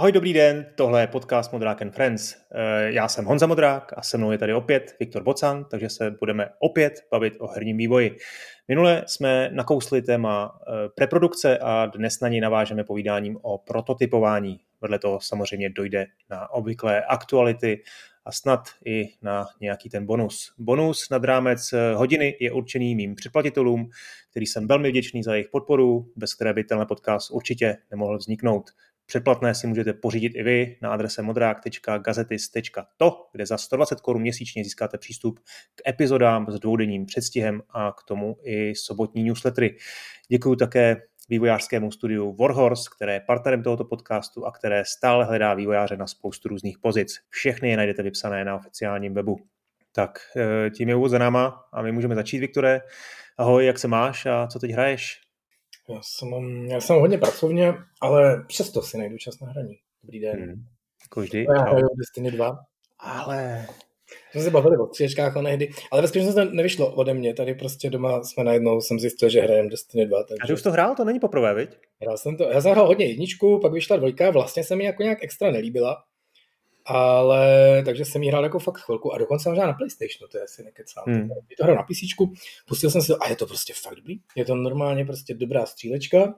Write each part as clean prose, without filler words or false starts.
Ahoj, dobrý den, tohle je podcast Modrák and Friends. Já jsem Honza Modrák a se mnou je tady opět Viktor Bocan, takže se budeme opět bavit o herním vývoji. Minule jsme nakousli téma preprodukce a dnes na něj navážeme povídáním o prototypování. Vedle toho samozřejmě dojde na obvyklé aktuality a snad i na nějaký ten bonus. Bonus nad rámec hodiny je určený mým předplatitelům, který jsem velmi vděčný za jejich podporu, bez které by tenhle podcast určitě nemohl vzniknout. Předplatné si můžete pořídit i vy na adrese modrak.gazetis.to, kde za 120 Kč měsíčně získáte přístup k epizodám s dvoudenním předstihem a k tomu i sobotní newslettery. Děkuji také vývojářskému studiu Warhorse, které je partnerem tohoto podcastu a které stále hledá vývojáře na spoustu různých pozic. Všechny je najdete vypsané na oficiálním webu. Tak tím je úvod za náma a my můžeme začít, Viktore. Ahoj, jak se máš a co teď hraješ? Já jsem hodně pracovně, ale přesto si najdu čas na hraní. Dobrý den. Jako vždy. Já hraju Destiny 2. Ale... Jsme se bavili o střílečkách onehdy, ale ve skutečnosti to nevyšlo ode mě. Tady prostě doma jsme najednou, jsem zjistil, že hrajem Destiny 2. Takže... A ty už to hrál? To není poprvé, viď? Já jsem hrál hodně jedničku, pak vyšla dvojka, vlastně se mi jako nějak extra nelíbila. Ale takže jsem jí hrál jako fakt chvilku a dokonce jsem hrál na PlayStationu, to je asi nekecám. Je to hrál na PCčku, pustil jsem si to a je to prostě fakt dobrý. Je to normálně prostě dobrá střílečka.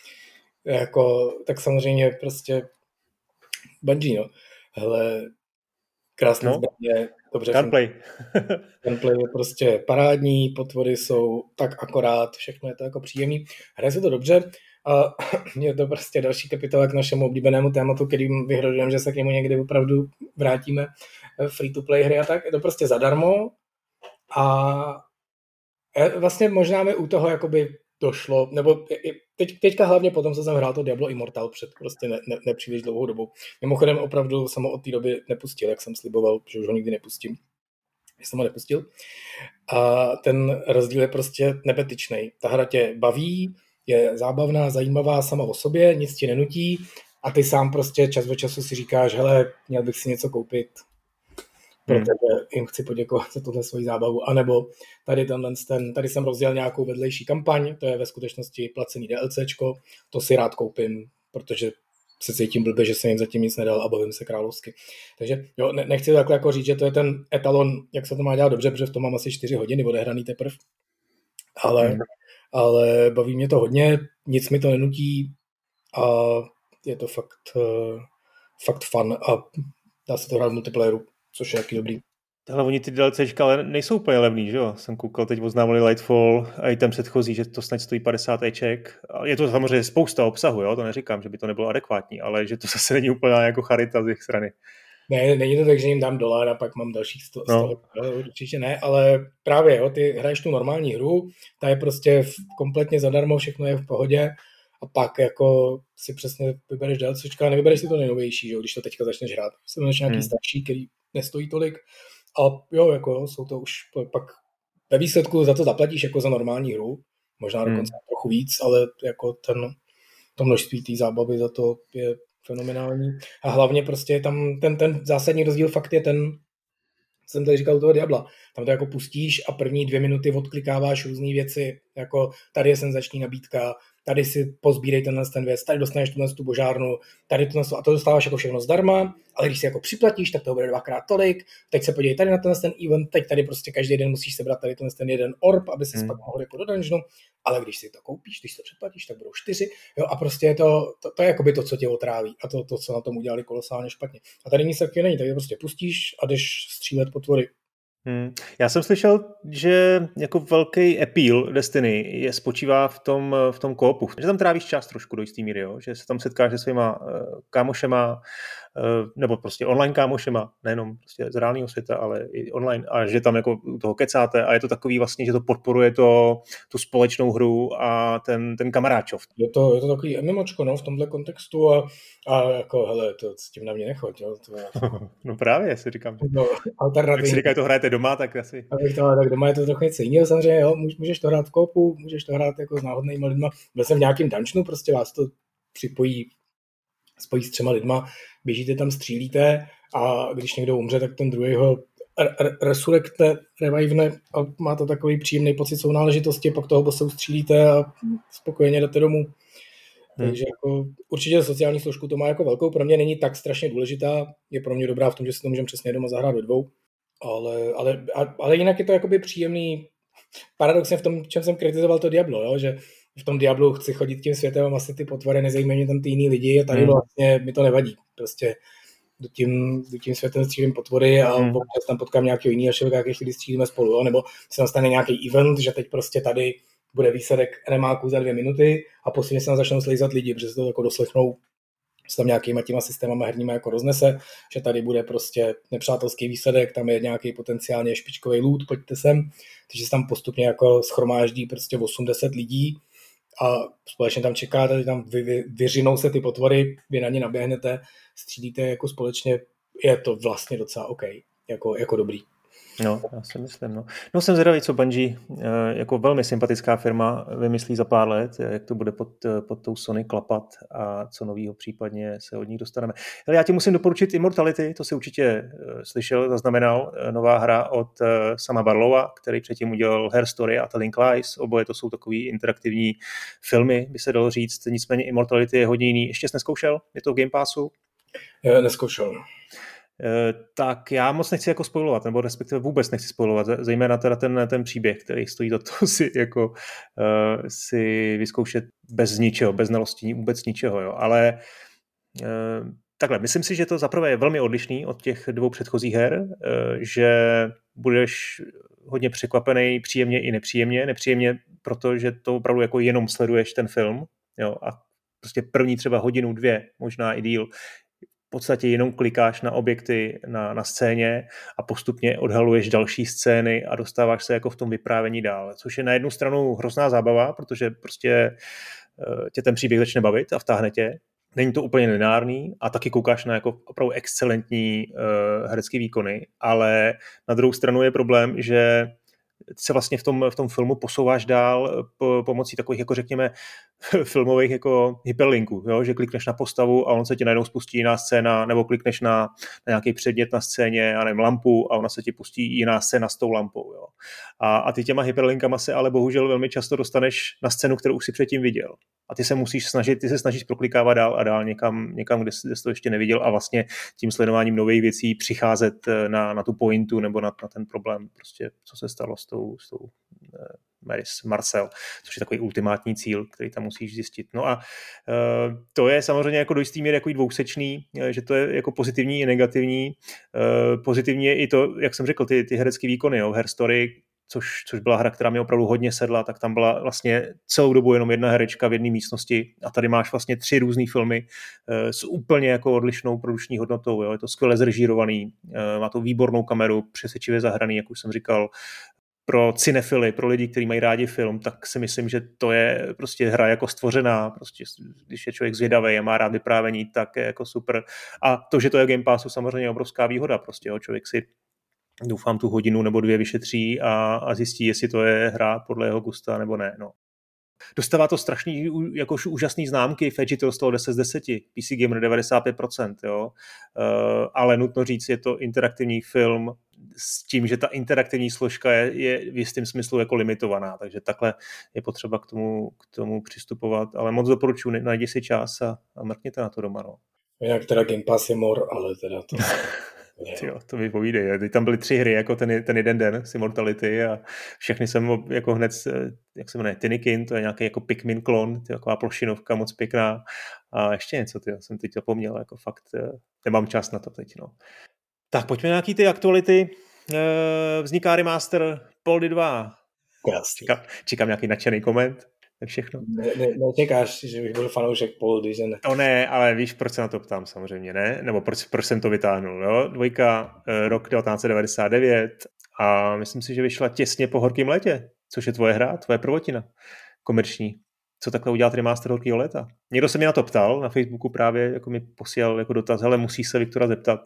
Jako, tak samozřejmě prostě Bungie, no. Hele, krásné zbraně, dobře. Gunplay. Gunplay je prostě parádní, potvory jsou tak akorát, všechno je to jako příjemný. Hraje se to dobře. A je to prostě další kapitola k našemu oblíbenému tématu, kterým vyhrožujeme, že se k němu někdy opravdu vrátíme, free-to-play hry a tak. Je to prostě zadarmo a vlastně možná mi u toho jakoby došlo, nebo teďka hlavně potom, co jsem hrál to Diablo Immortal před prostě nepříliš dlouhou dobou. Mimochodem opravdu jsem ho od té doby nepustil, jak jsem sliboval, že už ho nikdy nepustím. Já jsem ho nepustil. A ten rozdíl je prostě nebetyčnej. Ta hra tě baví, je zábavná, zajímavá sama o sobě, nic ti nenutí a ty sám prostě čas od času si říkáš, hele, měl bych si něco koupit, protože jim chci poděkovat za tuhle svoji zábavu. A nebo tady jsem rozdělal nějakou vedlejší kampaň, to je ve skutečnosti placený DLCčko, to si rád koupím, protože se cítím blbě, že jsem jim zatím nic nedal a bavím se královsky. Takže jo, nechci takhle jako říct, že to je ten etalon, jak se to má dělat dobře, protože v tom mám asi 4 hodiny odehraný teprv, ale baví mě to hodně, nic mi to nenutí a je to fakt fun a dá se to hrát v multiplayeru, což je taky dobrý. Tohle oni ty DLCčka ale nejsou úplně levný, že jo? Jsem koukal, teď oznámili Lightfall a i ten předchozí, že to snad stojí 50 eček. Je to samozřejmě spousta obsahu, jo? To neříkám, že by to nebylo adekvátní, ale že to zase není úplně jako charita z jejich strany. Ne, není to tak, že jim dám $1 a pak mám dalších 100. Určitě ne, ale právě, jo, ty hraješ tu normální hru, ta je prostě kompletně zadarmo, všechno je v pohodě a pak jako si přesně vybereš DLCčka a nevybereš si to nejnovější, že, když to teďka začneš hrát. Jsem nějaký starší, který nestojí tolik a jo, jako jsou to už pak ve výsledku za to zaplatíš jako za normální hru, možná dokonce trochu víc, ale jako to množství té zábavy za to je fenomenální. A hlavně prostě je tam ten zásadní rozdíl fakt je ten, jsem tady říkal u toho Diabla. Tam to jako pustíš a první 2 minuty odklikáváš různé věci, jako tady je senzační nabídka, tady si pozbírej ten věc, tady dostaneš tu božárnu, tady a to dostáváš jako všechno zdarma, ale když si jako připlatíš, tak to bude 2x tolik, teď se podívej tady na ten event, teď tady prostě každý den musíš sebrat tady ten jeden orb, aby si pak mohl jako do dungeonu, ale když si to koupíš, když to předplatíš, tak budou 4, jo, a prostě je to je jakoby to, co tě otráví a to, co na tom udělali kolosálně špatně. A tady nic takového není, tady prostě pustíš a jdeš střílet potvory. Já jsem slyšel, že jako velký appeal Destiny spočívá v tom koopu, že tam trávíš čas trošku do jistý míry, jo? Že se tam setkáš se svýma kámošema, nebo prostě online kámošema, nejenom prostě z reálného světa, ale i online, a že tam jako u toho kecáte a je to takový vlastně, že to podporuje tu společnou hru a ten kamaráčov. Je to takový MMOčko, no, v tomhle kontextu a jako, hele, to s tím na mě nechoď, jo. No právě, si říkám. No, alternativně. Jak si říkají, to hrajete doma, tak asi. Tak doma je to trochu něco jiného, samozřejmě, jo, můžeš to hrát v koopu, můžeš to hrát jako s náhodnýma lidma. Byl jsem v nějakým dungeonu, prostě vás to spojí s 3 lidma, běžíte tam, střílíte a když někdo umře, tak ten druhý ho resurrekte, revivne a má to takový příjemný pocit sounáležitosti, pak toho bossa ustřílíte a spokojeně jdete domů. Takže jako určitě sociální složku to má jako velkou, pro mě není tak strašně důležitá, je pro mě dobrá v tom, že si to můžeme přesně doma zahrát ve dvou, ale jinak je to jakoby příjemný, paradoxně v tom, čem jsem kritizoval to Diablo, jo, že v tom Diablu chci chodit tím světem a vlastně ty potvory, nezajímají mě tam ty jiný lidi a tady vlastně mi to nevadí, prostě do tím světem střílím potvory a občas tam potkám nějakého jiného člověka, když střílíme spolu, jo? Nebo se nastane nějaký event, že teď prostě tady bude výsledek remáku za 2 minuty a posledně se nám začnou slízat lidi, protože se to jako doslechnou s tam nějakýma těma systémama herníma jako roznese, že tady bude prostě nepřátelský výsledek, tam je nějaký potenciálně špičkový loot, pojďte sem, takže se tam postupně jako schromáždí prostě 80 lidí a společně tam čekáte, tam vyřinou se ty potvory, vy na ně naběhnete, střílíte jako společně, je to vlastně docela OK, jako dobrý. No, já si myslím, no. No jsem zvědavý, co Bungie, jako velmi sympatická firma, vymyslí za pár let, jak to bude pod tou Sony klapat a co novýho případně se od nich dostaneme. Ale já ti musím doporučit Immortality, to si určitě slyšel, zaznamenal, nová hra od Sama Barlowa, který předtím udělal Her Story a Telling Lies, oboje to jsou takový interaktivní filmy, by se dalo říct, nicméně Immortality je hodně jiný. Ještě jsi neskoušel? Je to v Game Passu? Neskoušel. Tak já moc nechci jako spoilovat, nebo respektive vůbec nechci spoilovat, zejména teda ten příběh, který stojí za to si vyzkoušet bez ničeho, bez znalostí vůbec ničeho, jo. Ale takhle, myslím si, že to zaprvé je velmi odlišný od těch 2 předchozích her, že budeš hodně překvapený příjemně i nepříjemně. Nepříjemně, protože to opravdu jako jenom sleduješ ten film, jo, a prostě první třeba hodinu, 2, možná i díl, v podstatě jenom klikáš na objekty na scéně a postupně odhaluješ další scény a dostáváš se jako v tom vyprávění dál, což je na jednu stranu hrozná zábava, protože prostě tě ten příběh začne bavit a vtáhne tě. Není to úplně lineární a taky koukáš na jako opravdu excelentní herecké výkony, ale na druhou stranu je problém, že se vlastně v tom filmu posouváš dál pomocí takových, jako řekněme, filmových jako hyperlinků, jo? Že klikneš na postavu a on se ti najednou spustí jiná scéna, nebo klikneš na nějaký předmět na scéně, já nevím, lampu a ona se ti pustí jiná scéna s tou lampou. Jo? A ty těma hyperlinkama se ale bohužel velmi často dostaneš na scénu, kterou už si předtím viděl. A ty se snažíš proklikávat dál a dál někam kde jsi to ještě neviděl a vlastně tím sledováním nových věcí přicházet na tu pointu nebo na ten problém, prostě co se stalo s tou Marcel, což je takový ultimátní cíl, který tam musíš zjistit. No a to je samozřejmě jako do jistý míry jako dvousečný, že to je jako pozitivní i negativní. Pozitivní je i to, jak jsem řekl, ty herecké výkony, jo, Her Story, což byla hra, která mi opravdu hodně sedla, tak tam byla vlastně celou dobu jenom jedna herečka v jedné místnosti a tady máš vlastně 3 různý filmy s úplně jako odlišnou produkční hodnotou. Jo. Je to skvěle zrežírovaný, má to výbornou kameru, přesvědčivě zahraný, jak už jsem říkal. Pro cinefily, pro lidi, kteří mají rádi film, tak si myslím, že to je prostě hra jako stvořená, prostě když je člověk zvědavý a má rád vyprávění, tak je jako super. A to, že to je Game Passu, samozřejmě je obrovská výhoda, prostě jo. Člověk si doufám tu hodinu nebo 2 vyšetří a zjistí, jestli to je hra podle jeho gusta nebo ne. No. Dostává to strašný, jako úžasný známky, Fedgital z toho 10 z 10, PC Gamer 95%, jo. Ale nutno říct, je to interaktivní film s tím, že ta interaktivní složka je v jistém smyslu jako limitovaná, takže takhle je potřeba k tomu přistupovat, ale moc doporučuji, najdi si čas a mrkněte na to doma. No. Jinak teda Game Pass je mor, ale teda to... Jo, to mi povídej. Teď tam byly 3 hry jako ten jeden den s Immortality a všechny jsem jako hned, jak se jmenuje, Tinikin, to je nějaký jako Pikmin klon, taková plošinovka moc pěkná a ještě něco, jsem teď zapomněl, jako fakt nemám čas na to teď. No. Tak pojďme na nějaký ty aktuality. Vzniká remaster Poldy 2. Čekám nějaký nadšený koment. Všechno. Nečekáš, že bych byl fanoušek Poldy, že ne? To ne, ale víš, proč se na to ptám samozřejmě, ne? Nebo proč jsem to vytáhnul, jo? 2, rok 1999 a myslím si, že vyšla těsně po Horkým létě, což je tvoje hra, tvoje prvotina komerční. Co takhle udělat remaster Horkýho léta? Někdo se mě na to ptal, na Facebooku právě, jako mi posílal jako dotaz, hele, musí se Viktora zeptat,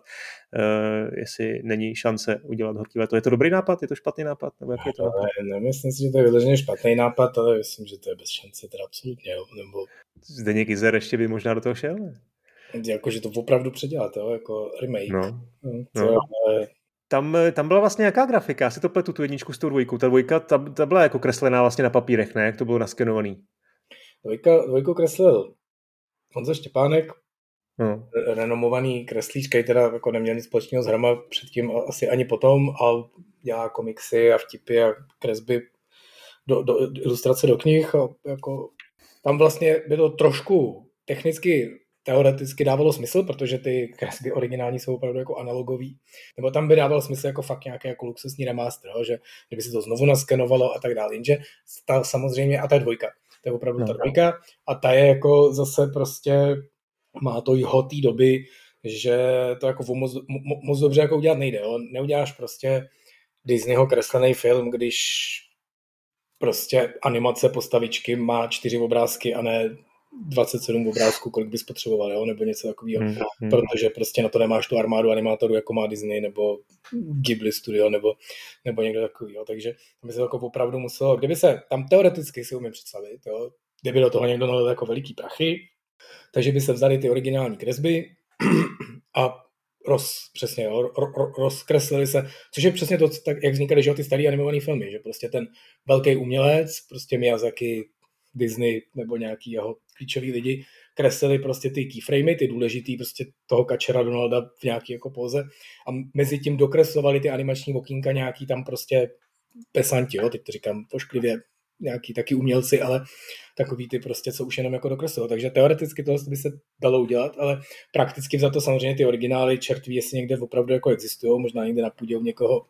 jestli není šance udělat Horký léto. Je to dobrý nápad? Je to špatný nápad? Nebo jaký je to nápad? Nemyslím si, že to je vyloženě špatný nápad, ale myslím, že to je bez šance, teda absolutně. Nebo... Zdeněk Izer ještě by možná do toho šel, ne? Jako, že to opravdu předělat, jo? Jako remake. No. Tam byla vlastně jaká grafika? Já si to pletu tu jedničku s tou 2. Ta 2, ta byla jako kreslená vlastně na papírech, ne? Jak to bylo naskenovaný? 2 kreslil Honza Štěpánek, renomovaný kreslíř, který teda jako neměl nic společného s hrama předtím asi ani potom, a dělá komiksy a vtipy a kresby do ilustrace do knih. A jako, tam vlastně bylo trošku technicky, teoreticky dávalo smysl, protože ty kresby originální jsou opravdu jako analogový. Nebo tam by dával smysl jako fakt nějaký jako luxusní remaster, že by se to znovu naskenovalo a tak dále. Jenže ta samozřejmě, a ta je dvojka. To je opravdu ta dvojka a ta je jako zase prostě má to ho té doby, že to jako moc dobře jako udělat nejde. Jo? Neuděláš prostě Disneyho kreslený film, když prostě animace postavičky má 4 obrázky a ne 27 obrázků, kolik bys potřeboval, jo? Nebo něco takového. Protože prostě na to nemáš tu armádu animátorů, jako má Disney, nebo Ghibli Studio, nebo někdo takový. Jo? Takže by se jako opravdu muselo, kdyby se tam teoreticky si umím představit, jo? Kdyby do toho někdo nalil jako veliký prachy, takže by se vzali ty originální kresby a rozkreslili se, což je přesně to, tak, jak vznikaly ty staré animované filmy, že prostě ten velký umělec, prostě Miyazaki, Disney nebo nějaký jeho klíčový lidi kreslili prostě ty keyframey, ty důležitý prostě toho kačera Donalda v nějaký jako póze a mezi tím dokreslovali ty animační okýnka nějaký tam prostě pesanti, jo, teď to říkám pošklivě, nějaký taky umělci, ale takový ty prostě, co už jenom jako dokreslilo. Takže teoreticky tohle by se dalo udělat, ale prakticky za to samozřejmě ty originály čertví, jestli někde opravdu jako existují, možná někde na půdě u někoho.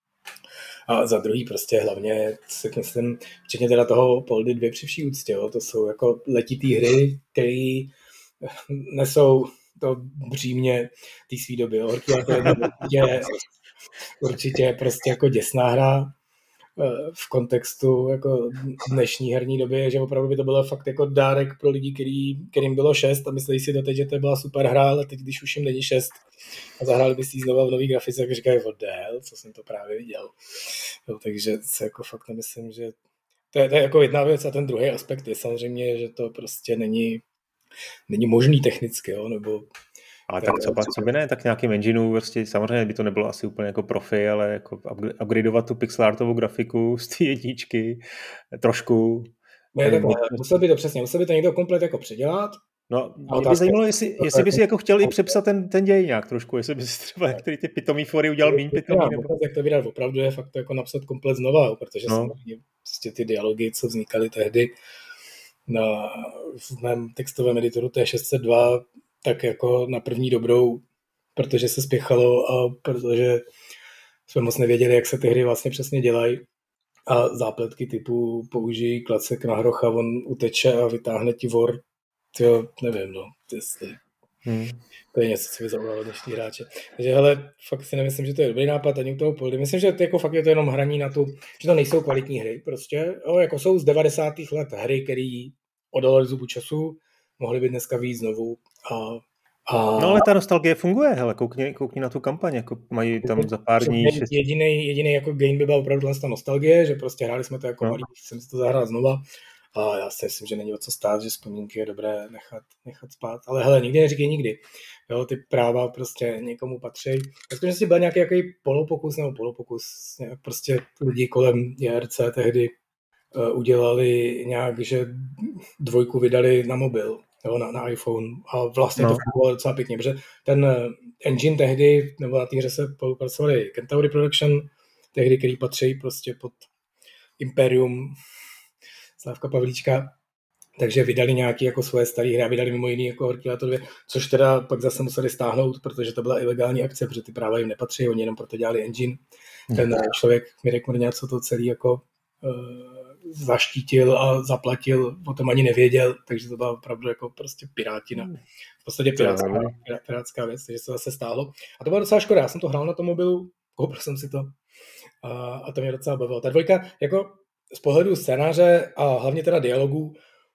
A za druhý prostě hlavně si myslím, včetně teda toho Poldy 2 při vší úctě, jo, to jsou jako letitý hry, které nesou to břímě té svý doby. Jo. Je určitě prostě jako děsná hra v kontextu jako dnešní herní doby, že opravdu by to bylo fakt jako dárek pro lidi, kterým bylo 6 a mysleli si doteď, že to byla super hra, ale teď, když už jim není 6 a zahráli by si ji znova v nový grafice, tak říkají, what the hell, co jsem to právě viděl. Jo, takže se jako fakt nemyslím, že to je jako jedna věc a ten druhý aspekt je samozřejmě, že to prostě není možný technicky, jo, nebo ale tak co by ne, tak nějakým engineu, prostě samozřejmě by to nebylo asi úplně jako profi, ale jako upgradeovat tu pixelartovou grafiku z té jedničky trošku. Musel by to někdo komplet jako předělat. No, mě by zajímalo, jestli by si jako chtěl i přepsat ten děj nějak trošku, jestli by si třeba některý ty pitomý fory udělal méně pitomý. Nebo... Jak to vydat opravdu je fakt to jako napsat komplet znova, protože samozřejmě prostě ty dialogy, co vznikaly tehdy v mém textovém editoru T602, tak jako na první dobrou, protože se spěchalo a protože jsme moc nevěděli, jak se ty hry vlastně přesně dělají. A zápletky typu použij klacek na hrocha, on uteče a vytáhne ti vor. Jo, nevím, no. To je něco, co by zaujalo dnešní hráče. Takže hele, fakt si nemyslím, že to je dobrý nápad ani u toho Poldy. Myslím, že to jako fakt je to jenom hraní na tu, že to nejsou kvalitní hry prostě. Jo, jako jsou z 90. let hry, které odolaly zubu času, mohly by dneska vyjít znovu No ale ta nostalgie funguje, hele, koukni na tu kampaň, jako mají tam za pár dní. Jediný jako gain by byla opravdu ta nostalgie, že prostě hráli jsme to jako malý, jsem si to zahrál znova a já si myslím, že není o co stát, že vzpomínky je dobré nechat spát, ale hele, nikdy neříkej nikdy, jo, ty práva prostě někomu patří. V skutečnosti byl nějaký polopokus, prostě lidi kolem JRC tehdy udělali nějak, že 2 vydali na mobil, jo, na iPhone a vlastně to fungovalo docela pěkně, protože ten engine tehdy, nebo na té hře se spolupracovali Centauri Production, tehdy, který patří prostě pod Imperium Slávka Pavlíčka, takže vydali nějaké jako svoje staré hry a vydali mimo jiný jako Horkulator 2, což teda pak zase museli stáhnout, protože to byla ilegální akce, protože ty práva jim nepatří, oni jenom proto dělali engine. Ten člověk Mirek Mrňa, co to celý jako zaštítil a zaplatil, o tom ani nevěděl, takže to byla opravdu jako prostě pirátina. V podstatě pirátská věc, takže se zase stáhlo. A to byla docela škoda, já jsem to hrál na tom mobilu, koupil jsem si to a to mě docela bavilo. Ta 2, jako z pohledu scénáře a hlavně teda dialogů,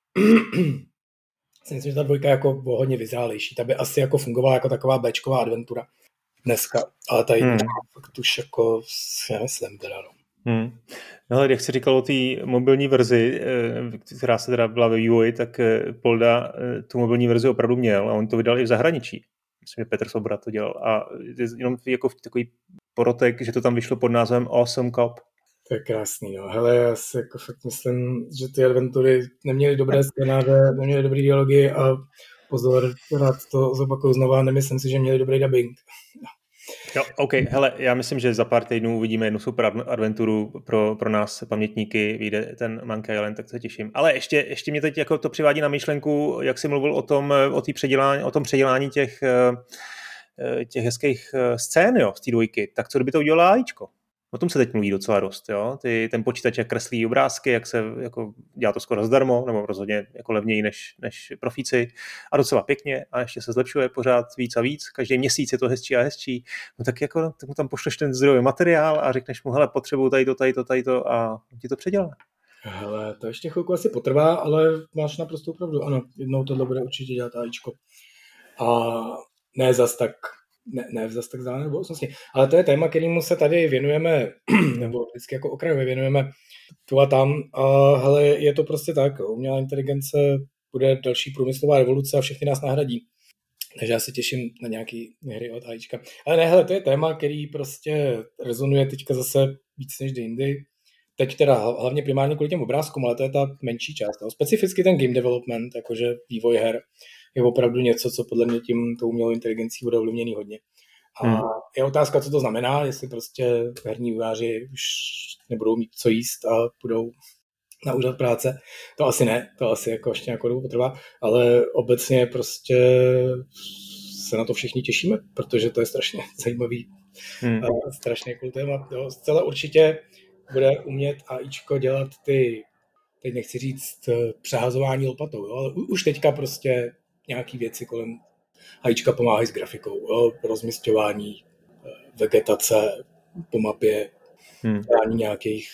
si myslím, že ta 2 jako hodně vyzrálejší. Ta by asi jako fungovala jako taková béčková adventura dneska, ale ta jedna fakt už jako nemyslím teda, no. No, jak jsi říkal o té mobilní verzi, která se teda byla ve vývoji, tak Polda tu mobilní verzi opravdu měl a on to vydal i v zahraničí. Myslím, že Petr Sobra to dělal. A jenom jako takový porotek, že to tam vyšlo pod názvem Awesome Cop. To je krásný, no. Hele, já si jako fakt myslím, že ty adventury neměly dobré scénáře, neměly dobré dialogy a pozor, rád to zopakuju znova, nemyslím si, že měli dobrý dubbing. Jo, OK, hele, já myslím, že za pár týdnů uvidíme jednu super adventuru pro nás pamětníky, vyjde ten Monkey Island, tak se těším. Ale ještě mě teď jako to přivádí na myšlenku, jak jsi mluvil o tom předělání těch hezkých scén, jo, z té dvojky, tak co kdyby to udělalo AIčko? O tom se teď mluví docela dost, jo. Ten počítač, jak kreslí obrázky, jak se jako dělá to skoro zdarmo, nebo rozhodně jako levněji než profíci a docela pěkně a ještě se zlepšuje pořád víc a víc. Každý měsíc je to hezčí a hezčí. No tak jako tak mu tam pošleš ten zdrojový materiál a řekneš mu, hele, potřebuju tady to a ti to předělá. Hele, to ještě chvilku asi potrvá, ale máš naprostou pravdu. Ano, jednou tohle bude určitě dělat AIčko. A ne zas tak vzdálené budoucnosti. Ale to je téma, kterému se tady věnujeme, nebo vždycky jako okrajově věnujeme tu a tam. A hele, je to prostě tak. Umělá inteligence bude další průmyslová revoluce a všechny nás nahradí. Takže já se těším na nějaký hry od AIčka. Ale ne, hele, to je téma, který prostě rezonuje teďka zase víc než jindy. Teď teda hlavně primárně kvůli těm obrázkům, ale to je ta menší část. Specificky ten game development, jakože vývoj her, je opravdu něco, co podle mě tou umělou inteligencí bude ovlivněný hodně. A je otázka, co to znamená, jestli prostě herní vývojáři už nebudou mít co jíst a budou na úřad práce. To asi ne, to asi jako ještě nějakou dobu potrvá, ale obecně prostě se na to všichni těšíme, protože to je strašně zajímavý, strašně cool téma. Jo, zcela určitě bude umět AIčko dělat teď nechci říct přehazování lopatou, jo, ale už teďka prostě nějaký věci kolem AIčka pomáhají s grafikou, jo, rozmisťování, vegetace po mapě, dělání nějakých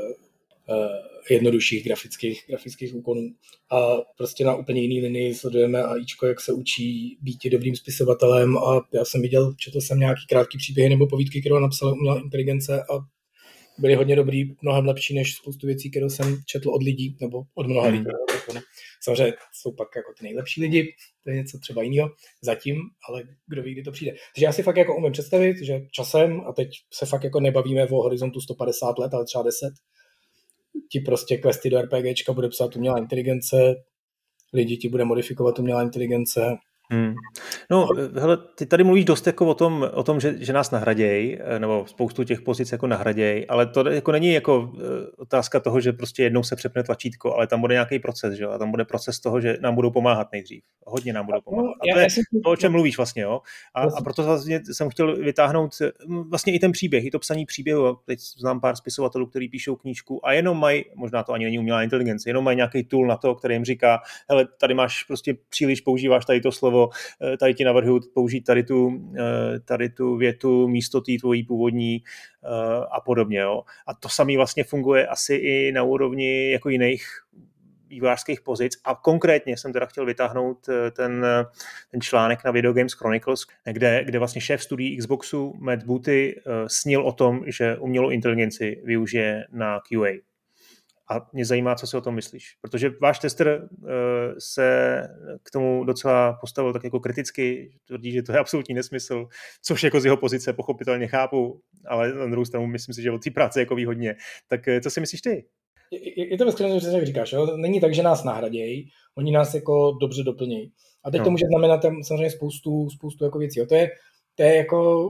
jednodušších grafických úkonů. A prostě na úplně jiný linii sledujeme AIčko, jak se učí být dobrým spisovatelem a já jsem četl jsem nějaký krátký příběhy nebo povídky, které napsala umělá inteligence a byly hodně dobrý, mnohem lepší než spoustu věcí, které jsem četl od lidí, nebo od mnoha lidí. Samozřejmě jsou pak jako ty nejlepší lidi, to je něco třeba jiného zatím, ale kdo ví, kdy to přijde. Takže já si fakt jako umím představit, že časem, a teď se fakt jako nebavíme o horizontu 150 let, ale třeba 10, ti prostě questy do RPGčka bude psát umělá inteligence, lidi ti bude modifikovat umělá inteligence. No, hele, ty tady mluvíš dost jako o tom, že nás nahradějí, nebo spoustu těch pozic jako nahradějí, ale to jako není jako otázka toho, že prostě jednou se přepne tlačítko, ale tam bude nějaký proces, že? A tam bude proces toho, že nám budou pomáhat nejdřív. Hodně nám budou pomáhat. A to je to, o čem mluvíš vlastně, jo? A proto vlastně jsem chtěl vytáhnout vlastně i ten příběh, i to psaní příběhu. Teď znám pár spisovatelů, kteří píšou knížku a jenom mají, možná to ani není umělá inteligence, jenom mají nějaký tool na to, který jim říká, hele, tady máš prostě příliš používáš tady to slovo, tady ti navrhuji použít tady tu větu místo té tvojí původní a podobně. Jo. A to samé vlastně funguje asi i na úrovni jako jiných vývojářských pozic a konkrétně jsem teda chtěl vytáhnout ten článek na Video Games Chronicles, kde vlastně šéf studií Xboxu Matt Booty snil o tom, že umělou inteligenci využije na QA. A mě zajímá, co si o tom myslíš. Protože váš tester se k tomu docela postavil tak jako kriticky, tvrdí, že to je absolutní nesmysl, což jako z jeho pozice pochopitelně chápu, ale na druhou stranu myslím si, že od té práce jako ví hodně. Tak co si myslíš ty? Je to bezkladně, že jak říkáš, jo? Není tak, že nás nahradějí, oni nás jako dobře doplnějí. A teď to může znamenat tam samozřejmě spoustu jako věcí. Jo? To je jako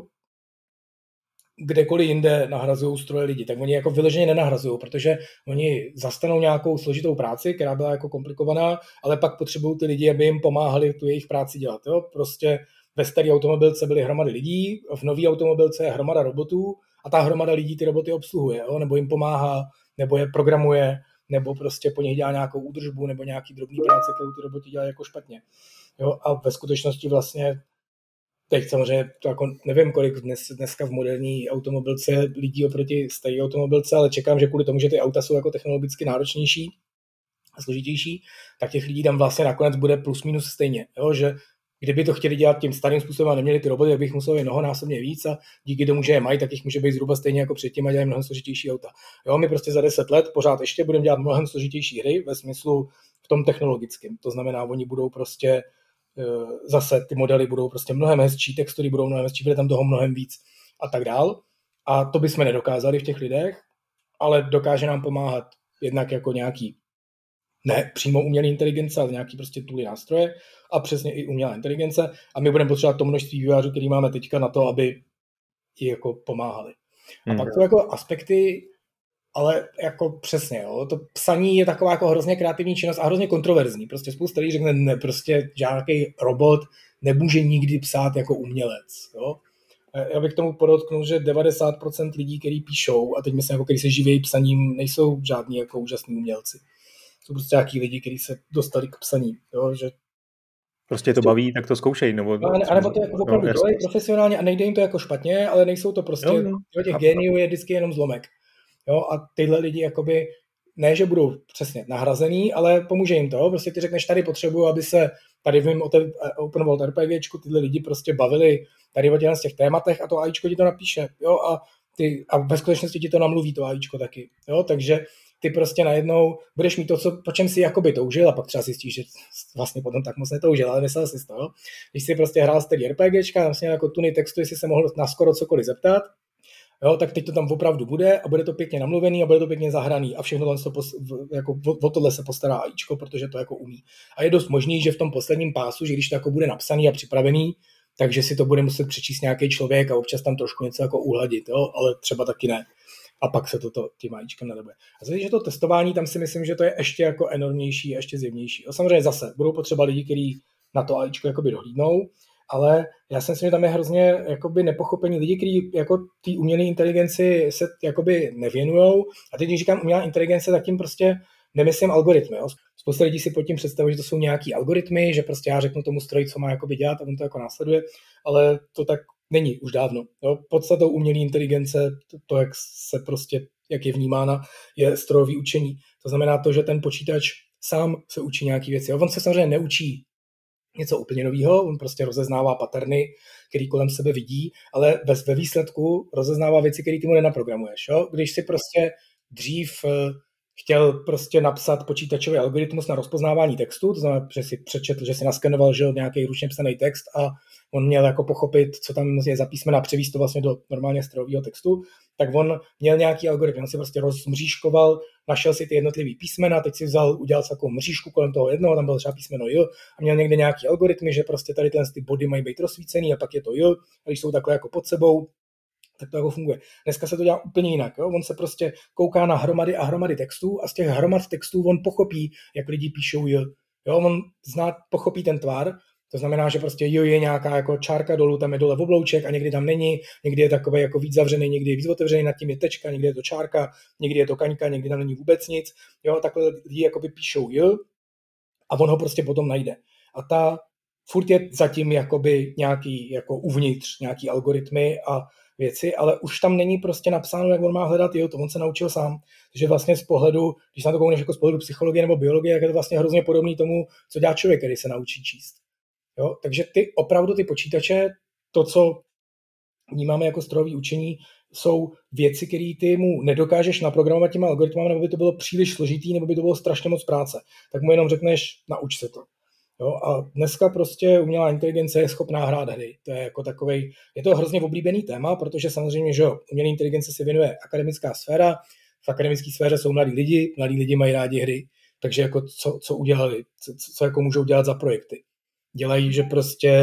kdekoliv jinde nahrazují stroje lidi, tak oni jako vyloženě nenahrazují, protože oni zastanou nějakou složitou práci, která byla jako komplikovaná, ale pak potřebují ty lidi, aby jim pomáhali tu jejich práci dělat. Jo? Prostě ve staré automobilce byly hromady lidí, v nový automobilce je hromada robotů a ta hromada lidí ty roboty obsluhuje, jo? Nebo jim pomáhá, nebo je programuje, nebo prostě po nich dělá nějakou údržbu, nebo nějaký drobný práce, kterou ty roboti dělají jako špatně. Jo? A ve skutečnosti vlastně teď samozřejmě to jako nevím, kolik dneska v moderní automobilce lidí oproti staré automobilce, ale čekám, že kvůli tomu, že ty auta jsou jako technologicky náročnější a složitější, tak těch lidí tam vlastně nakonec bude plus minus stejně. Jo? Že kdyby to chtěli dělat tím starým způsobem a neměli ty roboty, tak bych musel mnohonásobně víc a díky tomu, že je mají, tak jich může být zhruba stejně jako předtím a dělají mnohem složitější auta. Jo? My prostě za 10 let pořád ještě budeme dělat mnohem složitější hry ve smyslu v tom technologickém. To znamená, oni budou prostě zase ty modely budou prostě mnohem hezčí, textury budou mnohem hezčí, bude tam toho mnohem víc a tak dál. A to bychom nedokázali v těch lidech, ale dokáže nám pomáhat jednak jako nějaký ne přímo umělé inteligence, ale nějaký prostě tooly, nástroje a přesně i umělá inteligence a my budeme potřebovat to množství vývojářů, který máme teďka na to, aby ji jako pomáhali. A pak to jako aspekty, ale jako přesně, jo, to psaní je taková jako hrozně kreativní činnost a hrozně kontroverzní. Prostě spousta lidí řekne, ne, prostě žádný robot nemůže nikdy psát jako umělec, jo. Já bych tomu podotknul, že 90% lidí, kteří píšou, a teď myslím, jako, kteří se živějí psaním, nejsou žádní jako úžasní umělci. Jsou prostě nějaký lidi, kteří se dostali k psaní, jo, že prostě to baví, tak to zkoušej. Nebo to jako opravdu dělají profesionálně a nejde jim to jako špatně, ale nejsou to prostě, těch géniů je vždycky jenom zlomek. Jo, a tyhle lidi jakoby, ne, že budou přesně nahrazený, ale pomůže jim to. Jo? Prostě ty řekneš, tady potřebuju, aby se tady v mém Open World RPGčku tyhle lidi prostě bavili tady o těch tématech a to AIčko ti to napíše. Jo? A ve skutečnosti ti to namluví to AIčko taky. Jo? Takže ty prostě najednou budeš mít to, po čem si jakoby toužil a pak třeba zjistíš, že vlastně potom tak moc netoužil, ale myslel si to. Jo? Když si prostě hrál z té RPGčka, vlastně jako tuny textu, jestli se mohl na skoro cokoliv zeptat, jo, tak teď to tam opravdu bude a bude to pěkně namluvený a bude to pěkně zahraný a všechno to jako o tohle se postará AIčko, protože to jako umí. A je dost možný, že v tom posledním pásu, že když to jako bude napsaný a připravený, takže si to bude muset přečíst nějaký člověk a občas tam trošku něco jako uhladit, jo, ale třeba taky ne. A pak se to tím AIčkem nadobuje. A když je to testování, tam si myslím, že to je ještě jako enormnější, ještě zjevnější. A samozřejmě zase budou potřeba lidi, kteří na to AIčko jakoby dohlídnou, ale já si myslím, že tam je hrozně jakoby nepochopení lidí, kteří jako té umělé inteligenci se jakoby nevěnujou. A teď, když říkám umělá inteligence, tak tím prostě nemyslím algoritmy. Jo. Spousta lidí si pod tím představuje, že to jsou nějaký algoritmy, že prostě já řeknu tomu stroji, co má jakoby dělat a on to jako následuje, ale to tak není už dávno. Jo. Podstatou umělé inteligence, to, jak se prostě, jak je vnímána, je strojové učení. To znamená to, že ten počítač sám se učí nějaké věci. Jo. On se samozřejmě neučí něco úplně nového, on prostě rozeznává paterny, který kolem sebe vidí, ale ve výsledku rozeznává věci, které ty mu nenaprogramuješ. Jo? Když si prostě dřív chtěl prostě napsat počítačový algoritmus na rozpoznávání textu, to znamená, že si přečetl, že si naskenoval nějaký ručně psaný text a on měl jako pochopit, co tam je za písmena, převíst to vlastně do normálně strojového textu, tak on měl nějaký algoritmus, on si prostě rozmřížkoval, našel si ty jednotlivý písmena, teď si udělal takovou mřížku kolem toho jednoho, tam bylo třeba písmeno J a měl někde nějaký algoritmy, že prostě tady ty body mají být rozsvícený a pak je to J, a když jsou takhle jako pod sebou, tak to jako funguje. Dneska se to dělá úplně jinak. Jo? On se prostě kouká na hromady a hromady textů a z těch hromad textů on pochopí, jak lidi píšou J. Jo? On pochopí ten tvar, to znamená, že prostě J je nějaká jako čárka dolů, tam je dole oblouček a někdy tam není, někdy je takový jako víc zavřený, někdy je víc otevřený, nad tím je tečka, někdy je to čárka, někdy je to kaňka, někdy tam není vůbec nic. Jo? Takhle lidi jakoby píšou J a on ho prostě potom najde. A furt je zatím jakoby nějaký jako uvnitř nějaký algoritmy a věci, ale už tam není prostě napsáno, jak on má hledat, to on se naučil sám. Takže vlastně z pohledu, když se na to koukneš jako z pohledu psychologie nebo biologie, tak je to vlastně hrozně podobný tomu, co dělá člověk, který se naučí číst. Jo? Takže opravdu ty počítače, to, co vnímáme jako strojové učení, jsou věci, které ty mu nedokážeš naprogramovat těma algoritmami, nebo by to bylo příliš složitý, nebo by to bylo strašně moc práce. Tak mu jenom řekneš, nauč se to. Jo, a dneska prostě umělá inteligence je schopná hrát hry. To je jako takovej, je to hrozně oblíbený téma, protože samozřejmě, že umělé inteligence se věnuje akademická sféra, v akademické sféře jsou mladí lidi mají rádi hry, takže jako co udělali, co jako můžou dělat za projekty. Dělají, že prostě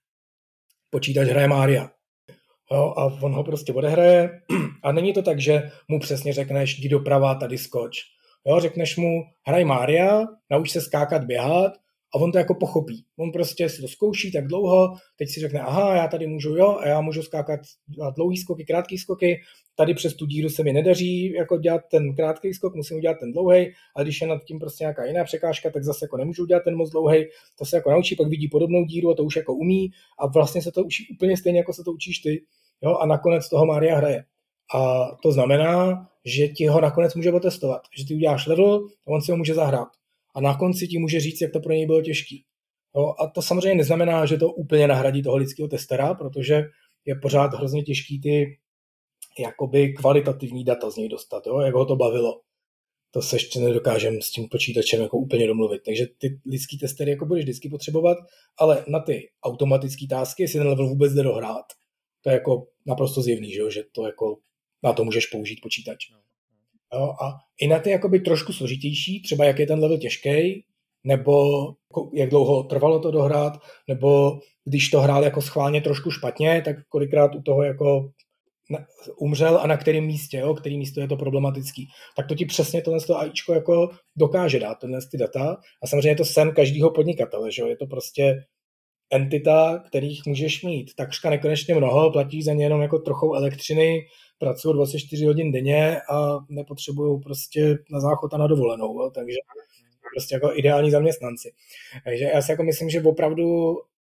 počítač hraje Mária. Jo, a on ho prostě odehraje a není to tak, že mu přesně řekneš, jdi doprava, tady skoč. Jo, řekneš mu, hraj Mária, nauč se skákat, běhat, a on to jako pochopí. On prostě si to zkouší tak dlouho, teď si řekne, aha, já tady můžu, a já můžu skákat na dlouhý skoky, krátký skoky, tady přes tu díru se mi nedaří jako dělat ten krátký skok, musím udělat ten dlouhej, ale když je nad tím prostě nějaká jiná překážka, tak zase jako nemůžu dělat ten moc dlouhej, to se jako naučí, pak vidí podobnou díru a to už jako umí a vlastně se to učí úplně stejně, jako se to učíš ty, jo, a nakonec toho Mária hraje. A to znamená, že ti ho nakonec může otestovat, že ty uděláš level a on si ho může zahrát. A na konci ti může říct, jak to pro něj bylo těžký. Jo, a to samozřejmě neznamená, že to úplně nahradí toho lidského testera, protože je pořád hrozně těžký ty jakoby kvalitativní data z něj dostat, jo, jak ho to bavilo. To se ještě nedokážeme s tím počítačem jako úplně domluvit. Takže ty lidský testery jako budeš vždycky potřebovat, ale na ty automatické tásky, jestli ten level vůbec jde dohrát, to je jako naprosto zjevný, že to jako na to můžeš použít počítač. Jo? A i na ty jakoby trošku složitější, třeba jak je ten level těžký, nebo jak dlouho trvalo to dohrát, nebo když to hrál jako schválně trošku špatně, tak kolikrát u toho jako umřel a na kterém místě, jo, který místo je to problematický. Tak to ti přesně tohle AIčko jako dokáže dát, ty data. A samozřejmě je to sen každého podnikatele, že jo? Je to prostě entita, kterých můžeš mít takřka nekonečně mnoho, platíš za ně jenom jako trochou elektřiny, pracují 24 hodin denně a nepotřebují prostě na záchod a na dovolenou, jo? Takže prostě jako ideální zaměstnanci. Takže já si jako myslím, že opravdu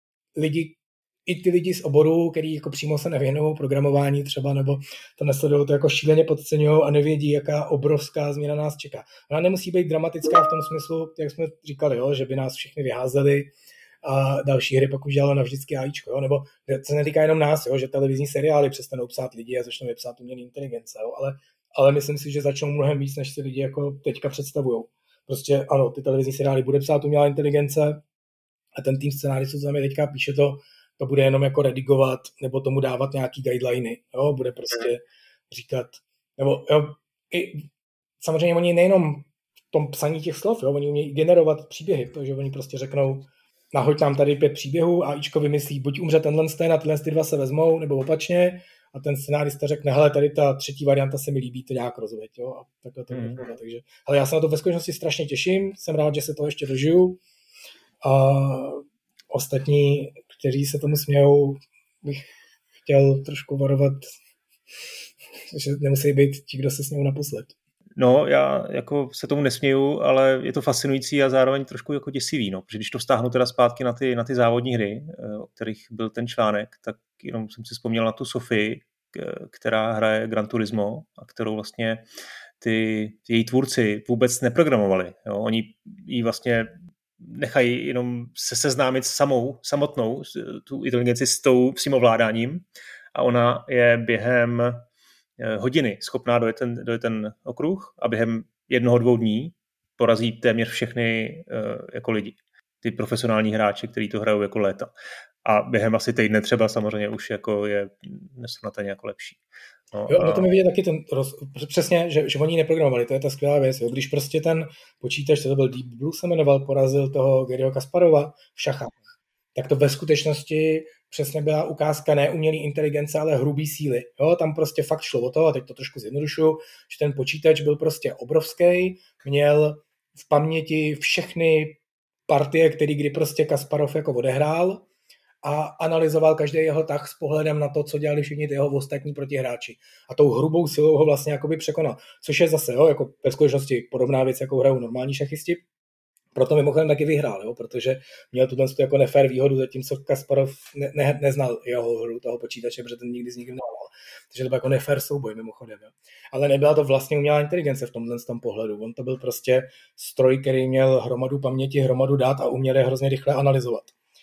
i ty lidi z oboru, který jako přímo se nevěnují programování třeba, nebo to nesledují, to jako šíleně podceňují a nevědí, jaká obrovská změna nás čeká. Ona nemusí být dramatická v tom smyslu, jak jsme říkali, jo, že by nás všechny vyházeli a další hry pak už dělalo navždycky AIčko, jo, nebo se netýká jenom nás, jo, že televizní seriály přestanou psát lidi a začnou vypsát umělé inteligence, jo, ale myslím si, že začnou mnohem víc, než si lidi jako teďka představují. Prostě ano, ty televizní seriály bude psát umělá inteligence a ten tým scénáristů, co tam je teďka, píše to bude jenom jako redigovat nebo tomu dávat nějaký guideliny, jo, bude prostě říkat, nebo jo, samozřejmě oni nejenom v tom psaní těch slov, jo, oni umějí generovat příběhy, takže oni prostě řeknou, nahoď nám tady 5 příběhů a AIčko vymyslí, buď umře tenhle a tyhle ty 2 se vezmou, nebo opačně, a ten scenárista řekne, hele, tady ta třetí varianta se mi líbí, to nějak rozveď, jo, a takhle to bude. Takže, ale já se na to ve skutečnosti strašně těším, jsem rád, že se to ještě dožiju a ostatní, kteří se tomu smějou, bych chtěl trošku varovat, že nemusí být ti, kdo se smějou naposled. No, já jako se tomu nesměju, ale je to fascinující a zároveň trošku jako děsivý, no, protože když to vztáhnu teda zpátky na ty závodní hry, o kterých byl ten článek, tak jenom jsem si vzpomněl na tu Sofii, která hraje Gran Turismo a kterou vlastně ty její tvůrci vůbec neprogramovali. Jo. Oni jí vlastně nechají jenom se seznámit samotnou tu inteligenci s tou přímovládáním a ona je během hodiny schopná dojet ten okruh a během 1-2 dní porazí téměř všechny jako lidi. Ty profesionální hráči, kteří to hrajou jako léta. A během asi týdne třeba samozřejmě už jako je nesrovnatelně jako lepší. No, jo, to mi vidět taky přesně, že oni neprogramovali, to je ta skvělá věc. Jo. Když prostě ten počítač, to byl Deep Blue se jmenoval, porazil toho Garryho Kasparova v šachách, tak to ve skutečnosti přesně byla ukázka ne umělé inteligence, ale hrubý síly. Jo, tam prostě fakt šlo o to, a teď to trošku zjednodušuju, že ten počítač byl prostě obrovský, měl v paměti všechny partie, kdy prostě Kasparov jako odehrál a analyzoval každý jeho tah s pohledem na to, co dělali všichni ty jeho ostatní protihráči. A tou hrubou silou ho vlastně jakoby překonal. Což je zase, jo, jako ve skutečnosti podobná věc, jako hrajou normální šachisti. Proto mimochodem taky vyhrál, jo, protože měl tuto jako nefér výhodu, zatímco Kasparov neznal jeho hru toho počítače, protože ten nikdy s nikým nehrál. Takže to byl jako nefér souboj mimochodem. Jo. Ale nebyla to vlastně umělá inteligence v tomhle tom pohledu. On to byl prostě stroj, který měl hromadu paměti, hromadu dat a uměl je hrozně rychle analyzovat.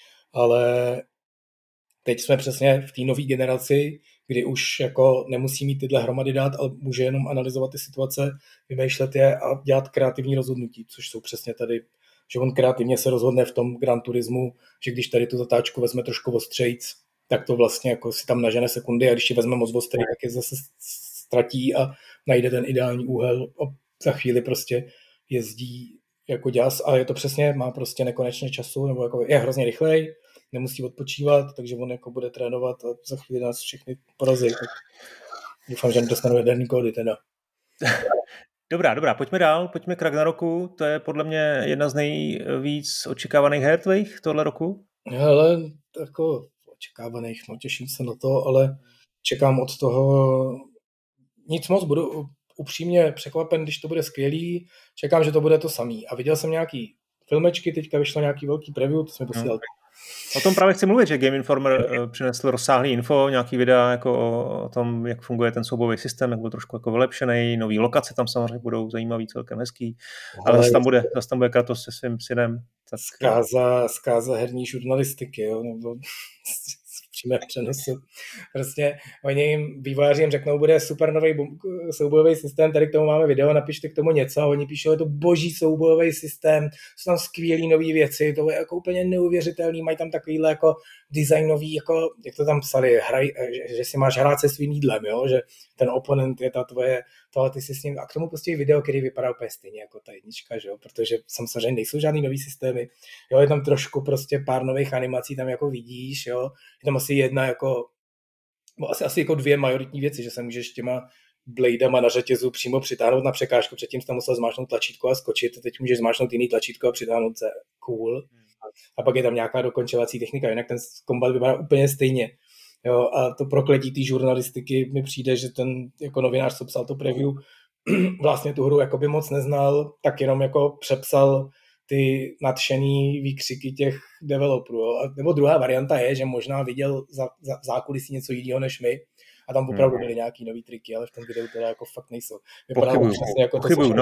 Ale teď jsme přesně v té nové generaci, kdy už jako nemusí mít tyhle hromady dat, ale může jenom analyzovat ty situace, vymýšlet je a dělat kreativní rozhodnutí, což jsou přesně tady, že on kreativně se rozhodne v tom Gran Turismu, že když tady tu zatáčku vezme trošku ostřejc, tak to vlastně jako si tam nažene sekundy a když ji vezme moc ostřejc, tak je zase ztratí a najde ten ideální úhel a za chvíli prostě jezdí jako děs a je to přesně, má prostě nekonečně času, nebo jako je hrozně rychlej, nemusí odpočívat, takže on jako bude trénovat a za chvíli nás všechny porazí. Tak doufám, že nedostanu jaderný kódy teda. Dobrá, pojďme dál, pojďme k Ragnaroku, to je podle mě jedna z nejvíc očekávaných her tvých tohle roku. Ale jako očekávaných, no těším se na to, ale čekám od toho nic moc, budu upřímně překvapen, když to bude skvělý, čekám, že to bude to samý. A viděl jsem nějaký filmečky, teďka vyšlo nějaký velký preview, to jsme posílali. O tom právě chci mluvit, že Game Informer přinesl rozsáhlý info, nějaký videa jako o tom, jak funguje ten soubojový systém, jak byl trošku jako vylepšený, nový lokace tam samozřejmě budou zajímavý, celkem hezký, ale zase tam bude Kratos se svým synem. Tak... Zkáza herní žurnalistiky, jo, nebo přímém přenosu. Prostě oni jim, vývojáři jim řeknou, bude super nový soubojový systém, tady k tomu máme video, napište k tomu něco a oni píšou, je to boží soubojový systém, jsou tam skvělý nový věci, to je jako úplně neuvěřitelný, mají tam takovýhle jako designový, jako, jak to tam psali, že si máš hrát se svým jídlem, jo? Že ten oponent je ta tvoje, tohle ty si s ním, a k tomu prostě video, který vypadá úplně stejně jako ta jednička, že jo? Protože samozřejmě nejsou žádný nový systémy, jo? Je tam trošku prostě pár nových animací, tam jako vidíš, jo? Je tam asi jedna jako, asi jako dvě majoritní věci, že se můžeš těma bladama na řetězu přímo přitáhnout na překážku, předtím jsi tam musel zmáčknout tlačítko a skočit, teď můžeš zmáčknout jiný tlačítko a přitáhnout se, cool. A pak je tam nějaká dokončovací technika, jinak ten kombat vypadá úplně stejně. Jo, a to prokletí té žurnalistiky mi přijde, že ten jako novinář, co psal to preview, vlastně tu hru jakoby moc neznal, tak jenom jako přepsal ty nadšený výkřiky těch developerů. Jo. Nebo druhá varianta je, že možná viděl za zákulisí něco jiného než my, a tam opravdu byly nějaký nový triky, ale v tom videu teda jako fakt nejsou. Pochybuju.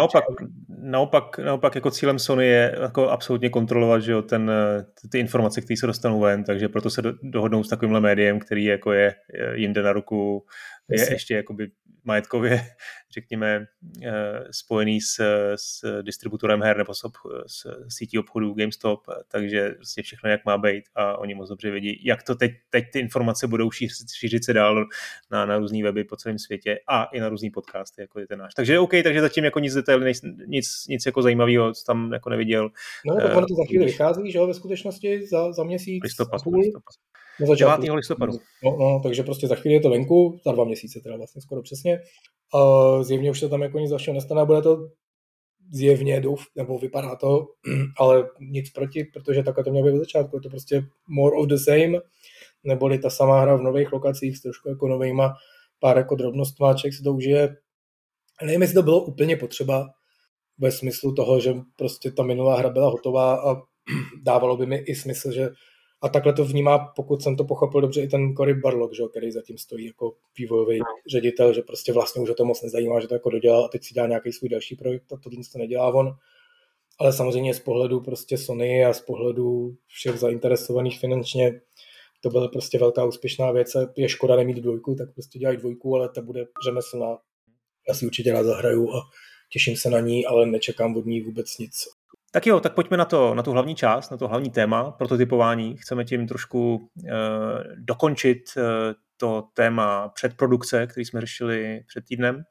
Naopak jako cílem Sony je jako absolutně kontrolovat, že jo, ty informace, které se dostanou ven, takže proto se dohodnou s takovýmhle médiem, který jako je jinde na ruku, je ještě jakoby majetkově, řekněme, spojený s distributorem her nebo s sítí obchodů GameStop, takže vlastně všechno jak má být a oni moc dobře vědí, jak to teď ty informace budou šířit se dál na různý weby po celém světě a i na různý podcasty, jako je ten náš. Takže OK, takže zatím jako nic detailů, nic jako zajímavého tam jako neviděl. No, tak ono to za chvíli vychází, že jo, ve skutečnosti za měsíc. Listopad. 9. listopadu. No, takže prostě za chvíli je to venku, za 2 měsíce teda vlastně skoro přesně. Zjevně už se tam jako nic dalšího nestane, bude to zjevně, nebo vypadá to, ale nic proti, protože takhle to mělo být od začátku, je to prostě more of the same, neboli ta samá hra v nových lokacích s trošku jako novejma, pár jako drobnostma, člověk si to užije. Nevím, jestli to bylo úplně potřeba, ve smyslu toho, že prostě ta minulá hra byla hotová a dávalo by mi i smysl, že a takhle to vnímá, pokud jsem to pochopil dobře, i ten Cory Barlog, že, který zatím stojí jako vývojový ředitel, že prostě vlastně už ho to moc nezajímá, že to jako dodělal a teď si dělá nějaký svůj další projekt a to nic to nedělá on. Ale samozřejmě z pohledu prostě Sony a z pohledu všech zainteresovaných finančně to byla prostě velká úspěšná věc. Je škoda nemít 2, tak prostě dělají 2, ale ta bude řemeslná. Já si určitě rád zahraju a těším se na ní, ale nečekám od ní vůbec nic. Tak jo, tak pojďme na tu hlavní část, na to hlavní téma, prototypování. Chceme tím trošku dokončit to téma předprodukce, který jsme řešili před týdnem.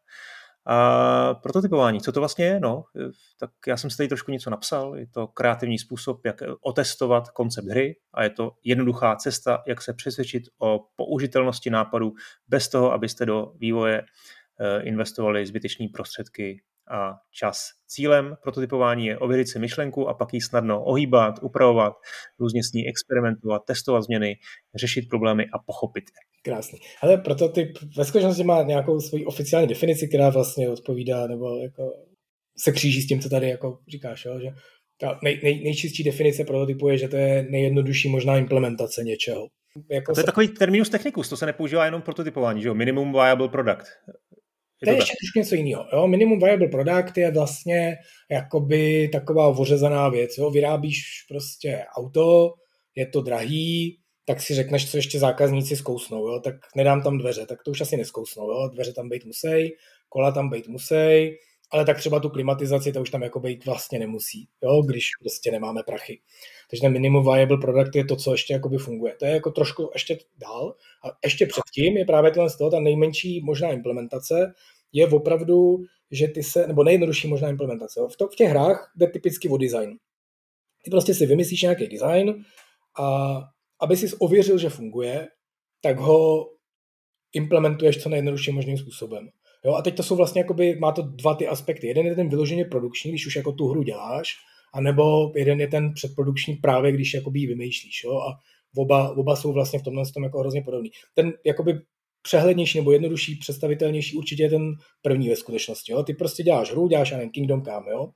A prototypování, co to vlastně je? No, tak já jsem si tady trošku něco napsal. Je to kreativní způsob, jak otestovat koncept hry a je to jednoduchá cesta, jak se přesvědčit o použitelnosti nápadu bez toho, abyste do vývoje investovali zbytečné prostředky a čas. Cílem prototypování je ověřit si myšlenku a pak ji snadno ohýbat, upravovat, různě s ní experimentovat, testovat změny, řešit problémy a pochopit je. Krásný. Ale prototyp ve skutečnosti má nějakou svoji oficiální definici, která vlastně odpovídá nebo jako se kříží s tím, co tady jako říkáš, jo? Že ta nejčistší definice prototypu je, že to je nejjednodušší možná implementace něčeho. Jako to je takový terminus technicus, to se nepoužívá jenom prototypování, že jo? Minimum viable product. To je ještě trošku něco jiného. Jo? Minimum viable product je vlastně jakoby taková ořezaná věc. Jo? Vyrábíš prostě auto, je to drahý, tak si řekneš, co ještě zákazníci zkousnou. Jo? Tak nedám tam dveře, tak to už asi neskousnou. Jo? Dveře tam být musí, kola tam být musí, ale tak třeba tu klimatizaci to už tam jako být vlastně nemusí, jo? Když prostě nemáme prachy. Takže ten minimum viable product je to, co ještě jakoby funguje. To je jako trošku ještě dál a ještě předtím je právě ta nejmenší možná implementace, je opravdu, že nebo nejjednodušší možná implementace. Jo? V těch hrách jde typicky o design. Ty prostě si vymyslíš nějaký design a aby si ověřil, že funguje, tak ho implementuješ co nejjednodušším možným způsobem. Jo? A teď to jsou vlastně, jakoby, má to 2 ty aspekty. Jeden je ten vyloženě produkční, když už jako tu hru děláš, anebo jeden je ten předprodukční právě, když jakoby ji vymýšlíš. Jo? A oba jsou vlastně v tomhle jako hrozně podobný. Ten jakoby přehlednější nebo jednodušší, představitelnější určitě je ten první ve skutečnosti. Jo? Ty prostě děláš hru, děláš Kingdom Come, jo?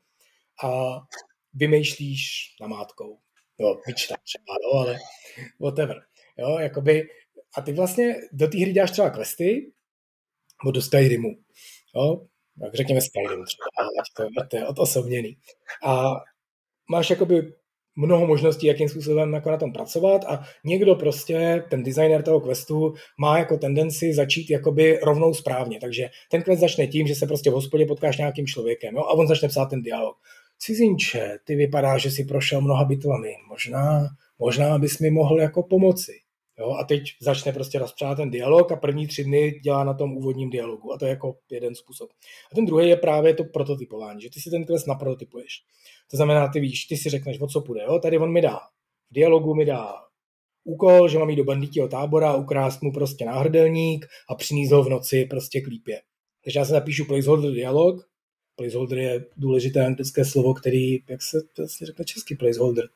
A vymýšlíš namátkou. Jo, vyčta třeba, no, ale whatever. Jo, jakoby, a ty vlastně do té hry děláš třeba questy, nebo do Skyrimu. Jo, tak řekněme Skyrim třeba, ať to je odosobněný. A máš jakoby mnoho možností, jakým způsobem jako na tom pracovat a někdo prostě, ten designer toho questu, má jako tendenci začít jakoby rovnou správně. Takže ten quest začne tím, že se prostě v hospodě potkáš nějakým člověkem, jo, a on začne psát ten dialog. Cizinče, ty vypadá, že si prošel mnoha bitvami. Možná bys mi mohl jako pomoci. Jo, a teď začne prostě rozpřát ten dialog a první 3 dny dělá na tom úvodním dialogu. A to je jako jeden způsob. A ten druhý je právě to prototypování, že ty si ten quest naprototypuješ. To znamená, ty víš, ty si řekneš, o co půjde. Jo? Tady on mi dá, v dialogu mi dá úkol, že mám jít do banditního tábora, ukrást mu prostě náhrdelník a přinést ho v noci prostě k lípě. Takže já se napíšu placeholder dialog. Placeholder je důležité anglické slovo, který, jak se vlastně řekne česky placeholder?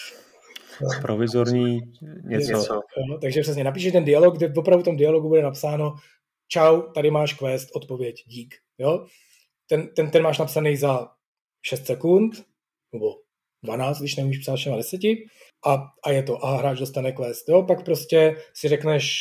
Provizorní něco. No, takže přesně napíšeš ten dialog, kde opravdu v tom dialogu bude napsáno čau, tady máš quest, odpověď, dík. Jo? Ten máš napsaný za 6 sekund, nebo 12, když nemůžeš psát na 10 a je to, a hráč dostane quest. Jo? Pak prostě si řekneš,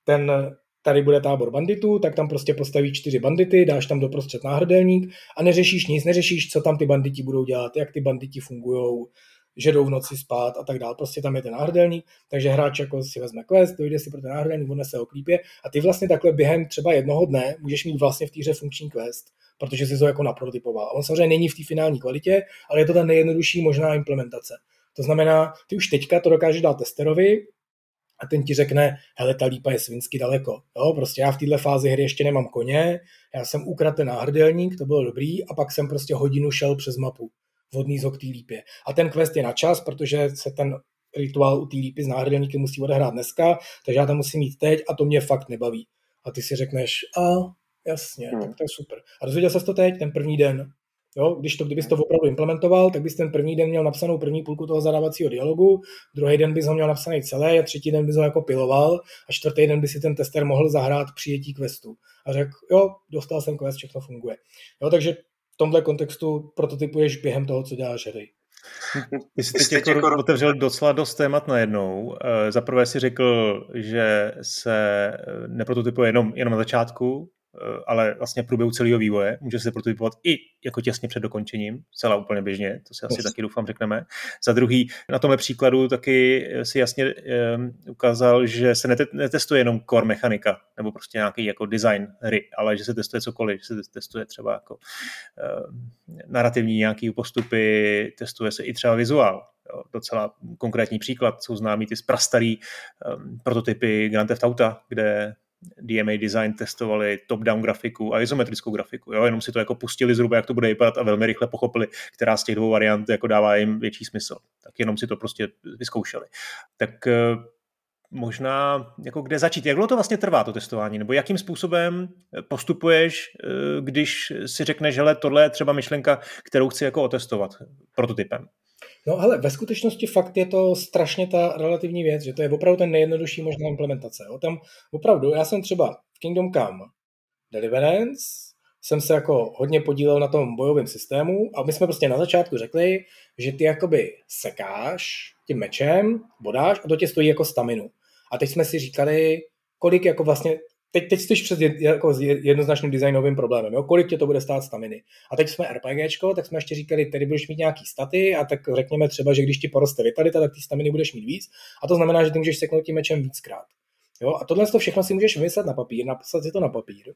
tady bude tábor banditů, tak tam prostě postavíš 4 bandity, dáš tam doprostřed náhrdelník a neřešíš nic, neřešíš, co tam ty banditi budou dělat, jak ty banditi fungujou, že jdou v noci spát a tak dál. Prostě tam je ten náhrdelník, takže hráč jako si vezme quest, dojde si pro ten náhrdelník, odnese ho k lípě a ty vlastně takhle během třeba jednoho dne můžeš mít vlastně v té hře funkční quest, protože jsi to jako naprototypoval. On samozřejmě není v té finální kvalitě, ale je to ta nejjednodušší možná implementace. To znamená, ty už teďka to dokážeš dát testerovi a ten ti řekne, hele, ta lípa je svinsky daleko. Jo, prostě já v této fázi hry ještě nemám koně, já jsem ukradl ten náhrdelník, to bylo dobrý, a pak jsem prostě hodinu šel přes mapu. Vodný zok té lípě. A ten quest je na čas, protože se ten rituál u té lípy s náhrdelníkem musí odehrát dneska, takže já tam musím jít teď a to mě fakt nebaví. A ty si řekneš, jasně, tak to je super. A dozvěděl ses to teď, ten první den. Jo, kdybys to opravdu implementoval, tak bys ten první den měl napsanou první půlku toho zadávacího dialogu, druhý den bys ho měl napsaný celý a třetí den bys ho jako piloval a čtvrtý den by si ten tester mohl zahrát přijetí questu. A řekl, jo, dostal jsem quest, všechno funguje. Jo, takže v tomhle kontextu prototypuješ během toho, co děláš hry. Ty jsi teď jako otevřel docela dost témat najednou. Za prvé si řekl, že se neprototypuje jenom na začátku, ale vlastně v průběhu celého vývoje. Může se prototypovat i jako těsně před dokončením, celá úplně běžně, to si asi taky doufám řekneme. Za druhý, na tomhle příkladu taky si jasně ukázal, že se netestuje jenom core mechanika, nebo prostě nějaký jako design hry, ale že se testuje cokoliv, že se testuje třeba jako narrativní nějaký postupy, testuje se i třeba vizuál. Jo, docela konkrétní příklad, jsou známý ty prastarý prototypy Grand Theft Auta, kde DMA Design testovali top-down grafiku a izometrickou grafiku. Jo? Jenom si to jako pustili zhruba, jak to bude vypadat a velmi rychle pochopili, která z těch dvou variant jako dává jim větší smysl. Tak jenom si to prostě vyzkoušeli. Tak možná jako kde začít? Jak dlouho to vlastně trvá, to testování? Nebo jakým způsobem postupuješ, když si řekneš, hele, tohle je třeba myšlenka, kterou chci jako otestovat prototypem? No ale ve skutečnosti fakt je to strašně ta relativní věc, že to je opravdu ten nejjednodušší možná implementace. Jo? Tam opravdu, já jsem třeba v Kingdom Come Deliverance, jsem se jako hodně podílel na tom bojovém systému a my jsme prostě na začátku řekli, že ty jakoby sekáš tím mečem, bodáš a to tě stojí jako staminu. A teď jsme si říkali, kolik jako vlastně Teď stojíš před jako jednoznačným designovým problémem, jo? Kolik tě to bude stát staminy. A teď jsme RPGčko, tak jsme ještě říkali, tady budeš mít nějaký staty a tak řekněme třeba, že když ti poroste vitalita, tak ty staminy budeš mít víc a to znamená, že ty můžeš seknout tím mečem víckrát. Jo? A tohle to všechno si můžeš vymyslet na papír, napsat si to na papír.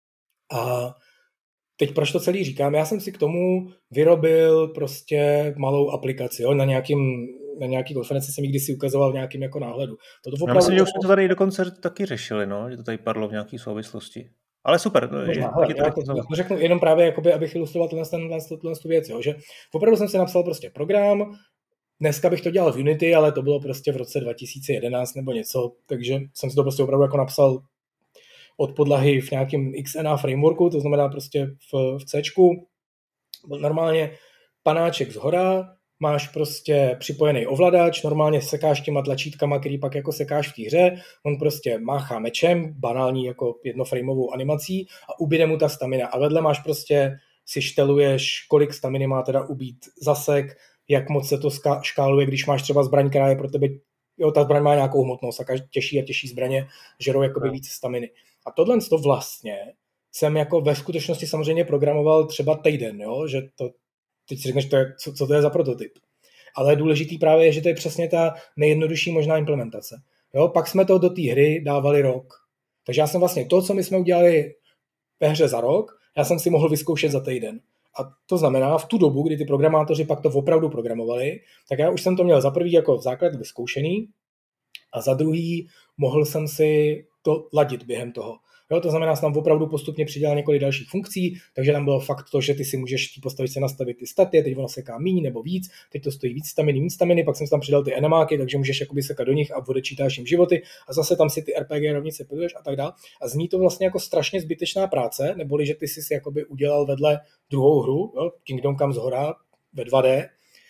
A teď proč to celý říkám? Já jsem si k tomu vyrobil prostě malou aplikaci, jo? Na nějaký konferenci jsem ji kdysi ukazoval v nějakým jako náhledu. Já myslím, že už jsme to tady dokonce taky řešili, no? Že to tady padlo v nějaké souvislosti. Ale super. Já to řeknu jenom právě, jakoby, abych ilustroval tu věc, jo? Že opravdu jsem si napsal prostě program, dneska bych to dělal v Unity, ale to bylo prostě v roce 2011 nebo něco, takže jsem si to prostě opravdu jako napsal od podlahy v nějakém XNA frameworku, to znamená prostě v Cčku. Normálně panáček zhora, máš prostě připojený ovladač, normálně sekáš těma tlačítkama, který pak jako sekáš v té hře, on prostě máchá mečem, banální jako jednoframeovou animací a ubíde mu ta stamina. A vedle máš prostě, si šteluješ, kolik staminy má teda ubít zasek, jak moc se to škáluje, když máš třeba zbraň, která je pro tebe, jo, ta zbraň má nějakou hmotnost a těžší a těžší zbraně žerou jakoby víc staminy. A tohle to vlastně jsem jako ve skutečnosti samozřejmě programoval třeba týden, jo, že to teď si řekneš, co to je za prototyp. ale důležitý právě je, že to je přesně ta nejjednodušší možná implementace. Jo, pak jsme to do té hry dávali rok. Takže já jsem vlastně to, co my jsme udělali ve hře za rok, já jsem si mohl vyzkoušet za týden. A to znamená, v tu dobu, kdy ty programátoři pak to opravdu programovali, tak já už jsem to měl za prvý jako základ vyzkoušený a za druhý mohl jsem si to ladit během toho. Jo, to znamená, že tam opravdu postupně přidělal několik dalších funkcí, takže tam bylo fakt to, že ty si můžeš tí postavičce nastavit ty staty, teď ono seká míň nebo víc, teď to stojí víc staminy, pak jsem tam přidal ty enemáky, takže můžeš jakoby sekat do nich a odečítáš jim životy a zase tam si ty RPG rovnice piluješ a tak dále. A zní to vlastně jako strašně zbytečná práce, neboli že ty si jakoby udělal vedle druhou hru, jo, Kingdom Come Zhora ve 2D,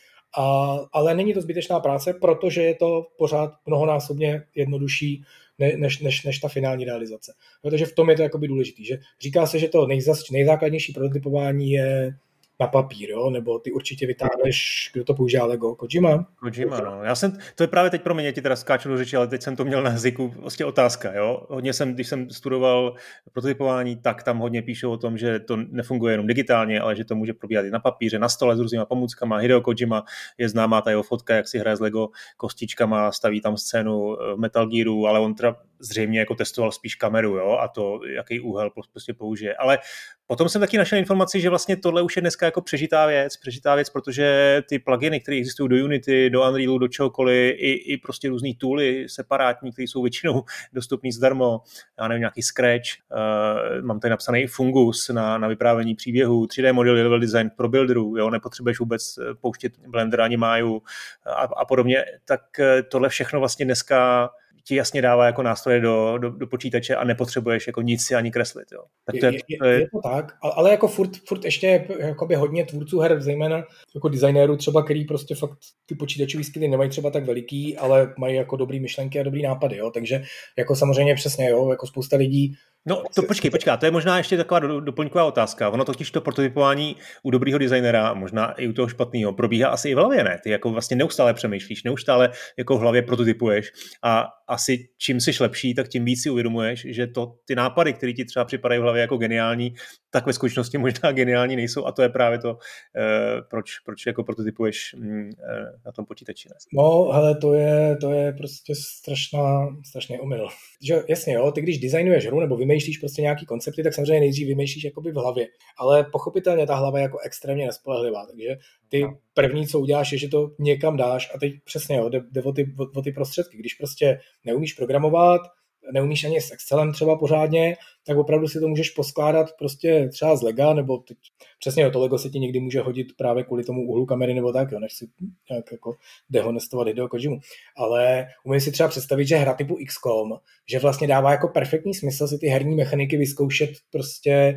ale není to zbytečná práce, protože je to pořád mnohonásobně jednodušší než ta finální realizace. Takže v tom je to jakoby důležitý, že říká se, že to nejzákladnější prototypování je na papír, jo? Nebo ty určitě vytáhneš, kdo to používá, Lego, Kojima, no. To je právě teď pro mě, ti teda skáču do řeči, ale teď jsem to měl na jazyku, vlastně otázka, jo. Hodně když jsem studoval prototypování, tak tam hodně píšou o tom, že to nefunguje jenom digitálně, ale že to může probíhat i na papíře, na stole s různýma pomůckama. Hideo Kojima je známá ta jeho fotka, jak si hraje s Lego kostičkama, staví tam scénu Metal Gearu, ale on teda zřejmě jako testoval spíš kameru, jo, a to, jaký úhel prostě použije. Ale potom jsem taky našel informaci, že vlastně tohle už je dneska jako přežitá věc, protože ty pluginy, které existují do Unity, do Unrealu, do čehokoliv, i prostě různý tooly separátní, které jsou většinou dostupný zdarmo, já nevím, nějaký Scratch, mám tady napsaný Fungus na vyprávění příběhu, 3D modely, level design pro builderů, jo, nepotřebuješ vůbec pouštět Blender ani Maju a podobně, tak tohle všechno vlastně dneska ti jasně dává jako nástroje do počítače a nepotřebuješ jako nic si ani kreslit. Jo. Tak je to tak, ale jako furt ještě jakoby hodně tvůrců her, zejména jako designérů třeba, který prostě fakt ty počítačové skilly nemají třeba tak veliký, ale mají jako dobrý myšlenky a dobrý nápady, jo. Takže jako samozřejmě přesně, jo, jako spousta lidí. No to počkej, to je možná ještě taková doplňková otázka. Ono totiž to prototypování u dobrýho designera, možná i u toho špatného, probíhá asi i v hlavě, ne? Ty jako vlastně neustále přemýšlíš, neustále jako v hlavě prototypuješ a asi čím jsi lepší, tak tím víc si uvědomuješ, že ty nápady, které ti třeba připadají v hlavě jako geniální, tak ve skutečnosti možná geniální nejsou a to je právě to, proč jako prototypuješ na tom počítači. Ne? No, hele, to je prostě strašný omyl. Že, jasně, jo, ty když designuješ hru nebo vymýšlíš prostě nějaký koncepty, tak samozřejmě nejdřív vymýšlíš jakoby v hlavě. Ale pochopitelně ta hlava je jako extrémně nespolehlivá, takže ty první, co uděláš, je, že to někam dáš a teď přesně, jo, jde o ty prostředky. Když prostě neumíš programovat, neumíš ani s Excelem třeba pořádně, tak opravdu si to můžeš poskládat prostě třeba z Lega, nebo teď, přesně to Lego se ti někdy může hodit právě kvůli tomu úhlu kamery nebo tak, jo, než si nějak jako dehonestovat Hideo Kojimu. Ale umím si třeba představit, že hra typu XCOM, že vlastně dává jako perfektní smysl si ty herní mechaniky vyzkoušet prostě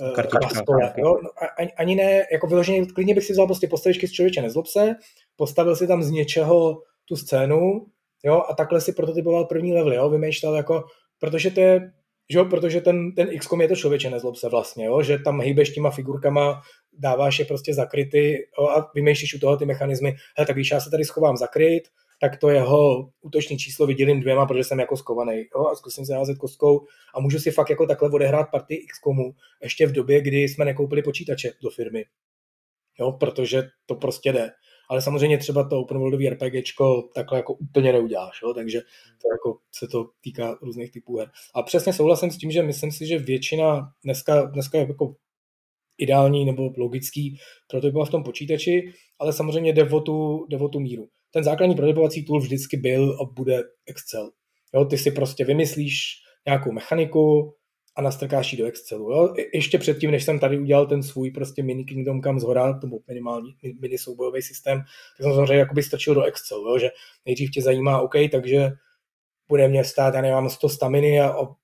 jo? No, ani ne, jako vyloženě, klidně bych si vzal prostě postavičky z Člověče nezlob se, postavil si tam z něčeho tu scénu, jo, a takhle si prototypoval první level, jo, vymýšlel jako, protože ten XCOM je to Člověče nezlob se vlastně, jo, že tam hýbeš těma figurkama, dáváš je prostě zakryty, jo, a vymýšlíš u toho ty mechanismy, hele, tak když já se tady schovám zakryt, tak to jeho útoční číslo vydělím 2, protože jsem jako skovaný, jo, a zkusím se házet kostkou a můžu si fakt jako takhle odehrát partii XCOMu ještě v době, kdy jsme nekoupili počítače do firmy, jo, protože to prostě jde. Ale samozřejmě třeba to open worldový RPGčko takhle jako úplně neuděláš, jo? Takže to jako se to týká různých typů her. A přesně souhlasím s tím, že myslím si, že většina dneska je jako ideální nebo logický prototypovat v tom počítači, ale samozřejmě jde o tu míru. Ten základní prototypovací tool vždycky byl a bude Excel. Jo? Ty si prostě vymyslíš nějakou mechaniku a nastrkáš ji do Excelu. Jo? Ještě předtím, než jsem tady udělal ten svůj prostě mini Kingdom Come Zhora, to byl minimální mini soubojový systém, tak jsem samozřejmě jakoby strčil do Excelu, jo? Že nejdřív tě zajímá, OK, takže bude mě stát, já nemám 100 staminy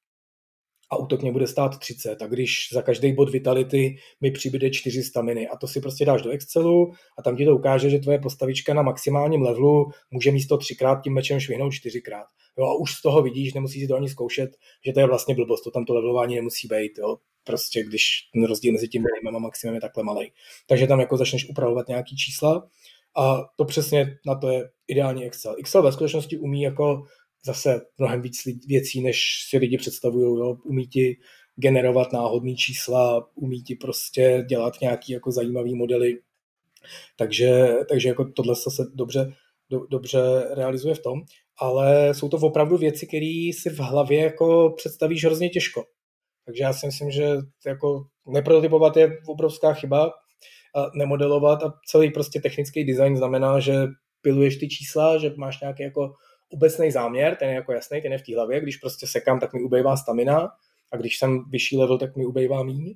a útok mě bude stát 30. A když za každý bod vitality mi přibude 4 staminy a to si prostě dáš do Excelu a tam ti to ukáže, že tvoje postavička na maximálním levelu může místo 3x tím mečem švihnout 4x. Jo, a už z toho vidíš, nemusíš si to ani zkoušet, že to je vlastně blbost, to tam to levelování nemusí být, jo. Prostě když ten rozdíl mezi tím minimem a maximem je takhle malej. Takže tam jako začneš upravovat nějaký čísla a to přesně na to je ideální Excel. Excel ve skutečnosti umí jako zase mnohem víc věcí, než si lidi představují. Umí ti generovat náhodný čísla, umí ti prostě dělat nějaký jako zajímavý modely. Takže jako tohle se dobře realizuje v tom, ale jsou to opravdu věci, které si v hlavě jako představíš hrozně těžko. Takže já si myslím, že jako neprototypovat je obrovská chyba a nemodelovat a celý prostě technický design znamená, že piluješ ty čísla, že máš nějaký jako obecný záměr, ten je jako jasný, ten je v té hlavě, když prostě sekám, tak mi ubejvá stamina a když jsem vyšší level, tak mi ubejvá míň.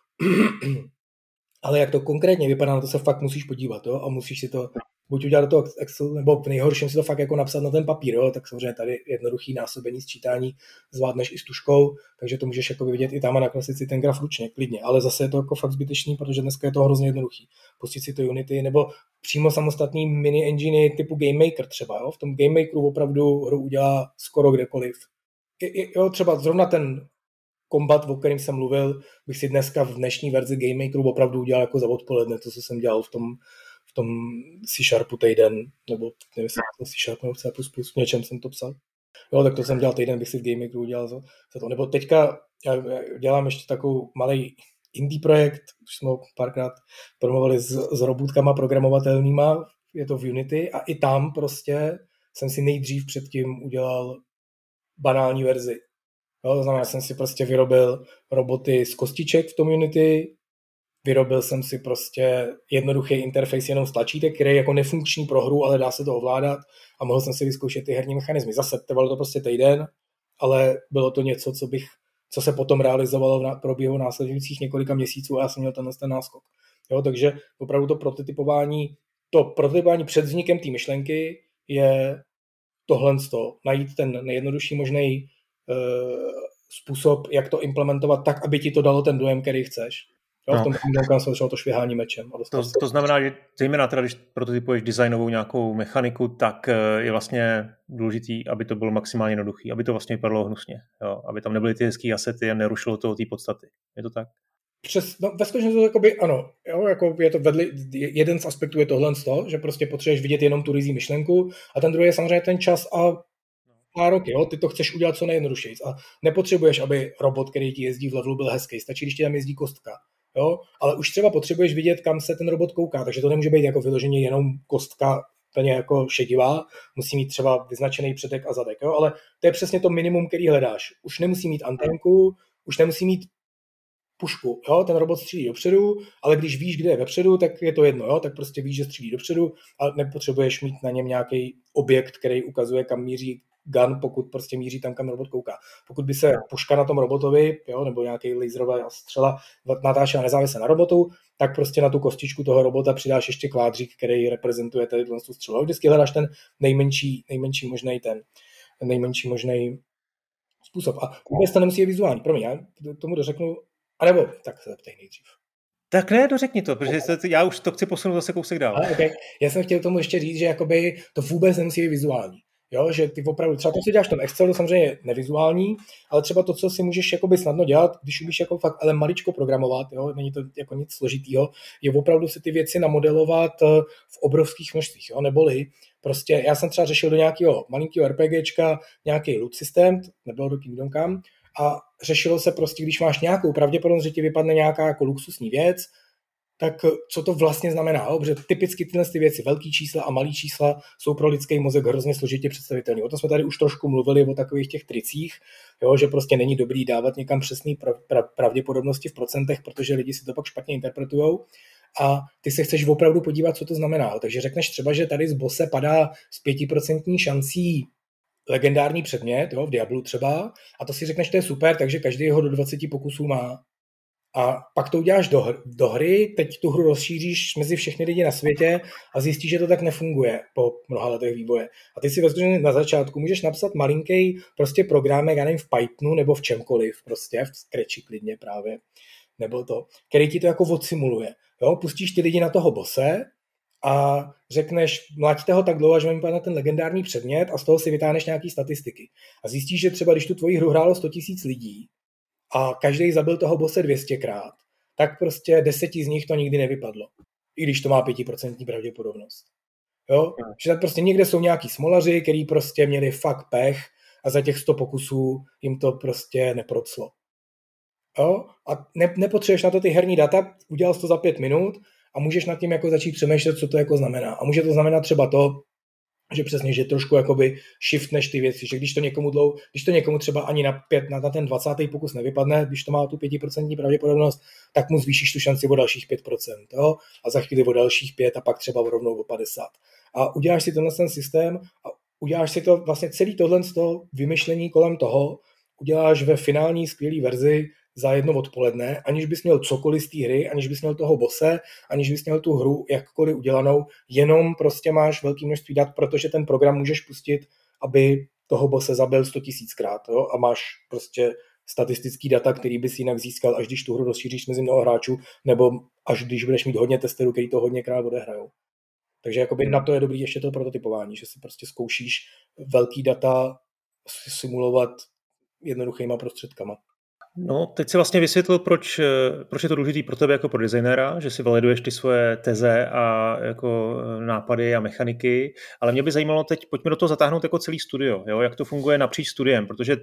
Ale jak to konkrétně vypadá, na to se fakt musíš podívat, jo? A musíš si to buď udělat do toho Excel, nebo v nejhorším si to fakt jako napsat na ten papír, jo? Tak samozřejmě tady jednoduchý násobení sčítání zvládneš i s tuškou, takže to můžeš jako vidět i tam a nakreslit si ten graf ručně, klidně, ale zase je to jako fakt zbytečný, protože dneska je to hrozně jednoduchý. Pustit si to Unity, nebo přímo samostatný mini engine typu Game Maker třeba, jo? V tom Game Makeru opravdu hru udělá skoro kdekoliv. Jo, třeba zrovna ten kombat, o kterém jsem mluvil, bych si dneska v dnešní verzi Game Makeru opravdu udělal jako za odpoledne, to, co jsem dělal v tom C# týden, nebo nevím, C# nebo C++, v něčem jsem to psal. Jo, tak to jsem dělal týden, bych si v Game Makeru udělal za to. Nebo teďka já dělám ještě takovou malý indie projekt, už jsme ho párkrát promovali s robůtkama programovatelnýma, je to v Unity a i tam prostě jsem si nejdřív předtím udělal banální verzi. Jo, to znamená, jsem si prostě vyrobil roboty z kostiček v tom Unity, vyrobil jsem si prostě jednoduchý interface jenom z tlačítek, který je jako nefunkční pro hru, ale dá se to ovládat a mohl jsem si vyzkoušet ty herní mechanismy. Zase trvalo to prostě týden, ale bylo to něco, co se potom realizovalo v průběhu následujících několika měsíců a já jsem měl ten náskok. Jo, takže opravdu to prototypování před vznikem té myšlenky je tohle najít ten nejjednodušší možný způsob, jak to implementovat tak, aby ti to dalo ten dojem, který chceš. Jo, v tom Kingdom se začalo to švihání mečem. To znamená, že zejména teda, když prototypuješ designovou nějakou mechaniku, tak je vlastně důležitý, aby to bylo maximálně jednoduchý, aby to vlastně vypadalo hnusně, jo? Aby tam nebyly ty hezký asety a nerušilo to té podstaty. Je to tak? Ve skutečnosti to jakoby, ano, jo, jako je to jeden z aspektů je tohle z toho, že prostě potřebuješ vidět jenom tu rizí myšlenku a ten druhý je samozřejmě ten čas a roky, jo? Ty to chceš udělat co nejjednodušeji a nepotřebuješ, aby robot, který ti jezdí v levelu, byl hezký, stačí, když ti tam jezdí kostka, jo? Ale už třeba potřebuješ vidět, kam se ten robot kouká, takže to nemůže být jako vyloženě jenom kostka úplně jako šedivá, musí mít třeba vyznačený předek a zadek, jo? Ale to je přesně to minimum, který hledáš. Už nemusí mít anténku, už nemusí mít pušku, jo? Ten robot střílí dopředu, ale když víš, kde je vepředu, tak je to jedno, jo? Tak prostě víš, že střílí dopředu a nepotřebuješ mít na něm nějaký objekt, který ukazuje, kam míří gun, pokud prostě míří tam, kam robot kouká. Pokud by se puška na tom robotovi, jo, nebo nějaký laserová střela natáčela nezávisle na robotu, tak prostě na tu kostičku toho robota přidáš ještě kvádřík, který reprezentuje tady tu střelu. Vždycky hledáš ten nejmenší možný způsob. A vůbec to nemusí být vizuální. Promiň, já tomu dořeknu, anebo tak se zeptej nejdřív. Tak ne, dořekni to, protože já už to chci posunout zase kousek dál. Okay. Já jsem chtěl tomu ještě říct, že jakoby to vůbec nemusí být vizuální. Jo, že ty opravdu, třeba to, co děláš v tom Excelu, samozřejmě je nevizuální, ale třeba to, co si můžeš jakoby snadno dělat, když umíš jako fakt ale maličko programovat, jo, není to jako nic složitýho, je opravdu si ty věci namodelovat v obrovských množstvích, jo, neboli prostě já jsem třeba řešil do nějakého malinkého RPGčka nějaký loot systém, nebylo do Kingdom Come, a řešilo se prostě, když máš nějakou pravděpodobnost, že ti vypadne nějaká jako luxusní věc, tak co to vlastně znamená? Protože typicky tyhle ty věci, velký čísla a malý čísla, jsou pro lidský mozek hrozně složitě představitelné. O tom jsme tady už trošku mluvili, o takových těch tricích, jo, že prostě není dobrý dávat někam přesný pravděpodobnosti v procentech, protože lidi si to pak špatně interpretujou. A ty se chceš opravdu podívat, co to znamená. Takže řekneš třeba, že tady z bose padá z 5% šancí legendární předmět, jo, v Diablu třeba, a to si řekneš, to je super, takže každý ho do 20 pokusů má. A pak to uděláš do hry, teď tu hru rozšíříš mezi všechny lidi na světě a zjistíš, že to tak nefunguje po mnoha letech vývoje. A ty si vlastně na začátku můžeš napsat malinký prostě program, já nevím, v Pythonu nebo v čemkoliv, prostě v Scratchi klidně právě, nebo to, který ti to jako odsimuluje. Jo? Pustíš ty lidi na toho bose a řekneš, mlaďte ho tak dlouho, že mám na ten legendární předmět a z toho si vytáhneš nějaký statistiky. A zjistíš, že třeba když tu tvoji hru hrálo 100 000 lidí, a každý zabil toho bose 200krát, tak prostě 10 z nich to nikdy nevypadlo. I když to má 5% pravděpodobnost. Jo? Že tak prostě někde jsou nějaký smolaři, který prostě měli fakt pech a za těch 100 pokusů jim to prostě neproclo. Jo? A nepotřebuješ na to ty herní data, udělal jsi to za 5 minut a můžeš nad tím jako začít přemýšlet, co to jako znamená. A může to znamenat třeba to, že přesně, že trošku jakoby shiftneš ty věci, že když to někomu třeba ani na ten 20. pokus nevypadne, když to má tu 5% pravděpodobnost, tak mu zvýšíš tu šanci o dalších 5%, jo? A za chvíli o dalších 5 a pak třeba rovnou o 50. A uděláš si ten systém a uděláš si to vlastně celý tohle vymyšlení kolem toho, uděláš ve finální skvělé verzi za jedno odpoledne, aniž bys měl cokoliv z té hry, aniž bys měl toho bose, aniž bys měl tu hru jakkoliv udělanou, jenom prostě máš velké množství dat, protože ten program můžeš pustit, aby toho bose zabil 100 000krát, jo? A máš prostě statistický data, který bys jinak získal, až když tu hru rozšíříš mezi mnoho hráčů, nebo až když budeš mít hodně testerů, který to hodněkrát odehrajou. Takže jakoby na to je dobrý ještě to prototypování, že si prostě zkoušíš velký data simulovat jednoduchýma prostředkama. No, teď si vlastně vysvětlil, proč je to důležitý pro tebe jako pro designéra, že si validuješ ty svoje teze a jako nápady a mechaniky, ale mě by zajímalo teď, pojďme do toho zatáhnout jako celý studio, jo? Jak to funguje napříč studiem, protože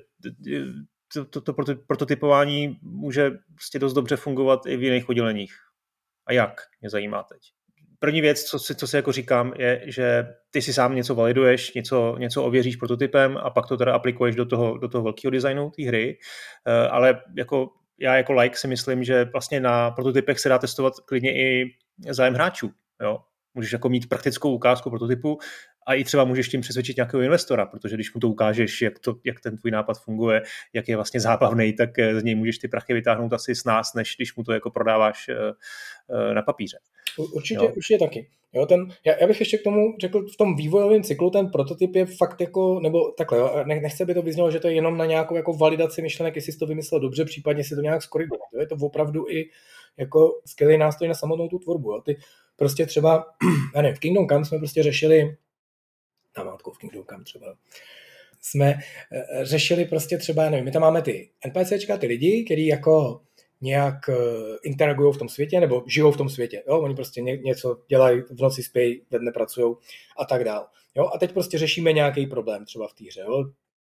to prototypování může prostě dost dobře fungovat i v jiných odděleních. A jak? Mě zajímá teď. První věc, co si jako říkám, je, že ty si sám něco validuješ, něco ověříš prototypem a pak to teda aplikuješ do toho velkého designu té hry, ale já jako like si myslím, že vlastně na prototypech se dá testovat klidně i zájem hráčů. Jo? Můžeš jako mít praktickou ukázku prototypu a i třeba můžeš tím přesvědčit nějakého investora, protože když mu to ukážeš, jak ten tvůj nápad funguje, jak je vlastně zábavný, tak z něj můžeš ty prachy vytáhnout asi s nás, než když mu to jako prodáváš na papíře. Určitě taky. Jo, já bych ještě k tomu řekl, v tom vývojovém cyklu ten prototyp je fakt jako, nebo takhle, jo, nechce by to vyznělo, že to je jenom na nějakou jako validaci myšlenek, jestli jsi to vymyslel dobře, případně si to nějak skorigovat. Je to opravdu i jako skvělý nástroj na samotnou tu tvorbu. Jo. Ty prostě třeba, já nevím, v Kingdom Come jsme prostě řešili, namátkou v Kingdom Come třeba, jsme řešili prostě třeba, já nevím, my tam máme ty NPCčka, ty lidi, který jako nějak interagují v tom světě nebo žijou v tom světě. Jo? Oni prostě něco dělají, v noci spějí, ve dne pracují a tak dál. Jo? A teď prostě řešíme nějaký problém třeba v té hře. Jo?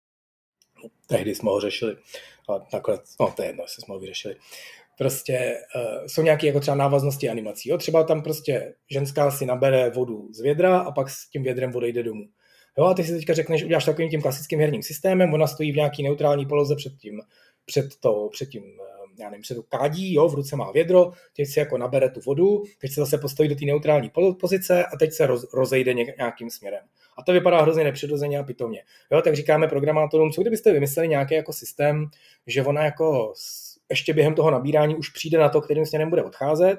Tehdy jsme ho řešili. A nakonec, to je jedno, jestli jsme ho vyřešili. Prostě jsou nějaké jako třeba návaznosti animací. Jo? Třeba tam prostě ženská si nabere vodu z vědra a pak s tím vědrem odejde domů. Jo? A ty si teďka řekneš, uděláš takovým tím klasickým herním systémem, ona stojí v nějaký neutrální poloze před tím já nevím, před kádí, jo, v ruce má vědro, teď si jako nabere tu vodu, teď se zase postaví do té neutrální pozice a teď se rozejde nějakým směrem. A to vypadá hrozně nepřirozeně a pitomně. Jo, tak říkáme programátorům, co kdybyste vymysleli nějaký jako systém, že ona jako ještě během toho nabírání už přijde na to, kterým směrem bude odcházet,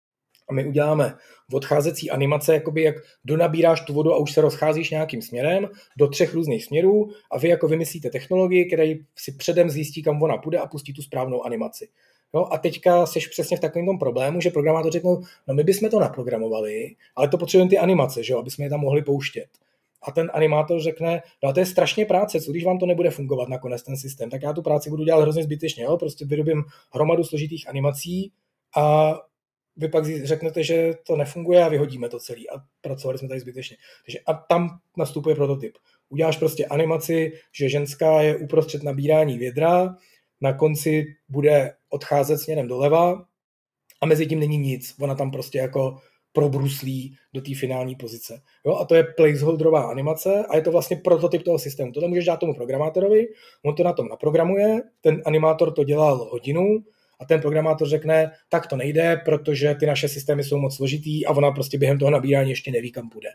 a my uděláme odcházecí animace, jakoby jak donabíráš tu vodu a už se rozcházíš nějakým směrem do 3 různých směrů a vy jako vymyslíte technologii, která si předem zjistí, kam ona půjde a pustí tu správnou animaci. Jo, a teďka jsi přesně v takovém tom problému, že programátor řeknou, no my bychom to naprogramovali, ale to potřebujeme ty animace, že jo, aby jsme je tam mohli pouštět. A ten animátor řekne, no a to je strašně práce, co když vám to nebude fungovat nakonec ten systém, tak já tu práci budu dělat hrozně zbytečně, jo? Prostě vyrobím hromadu složitých animací a vy pak řeknete, že to nefunguje a vyhodíme to celý a pracovali jsme tady zbytečně. Takže a tam nastupuje prototyp. Uděláš prostě animaci, že ženská je uprostřed nabírání vědra, na konci bude odcházet směrem doleva a mezi tím není nic. Ona tam prostě jako probruslí do té finální pozice. Jo? A to je placeholderová animace a je to vlastně prototyp toho systému. Tohle můžeš dát tomu programátorovi, on to na tom naprogramuje, ten animátor to dělal hodinu a ten programátor řekne, tak to nejde, protože ty naše systémy jsou moc složitý a ona prostě během toho nabírání ještě neví, kam půjde.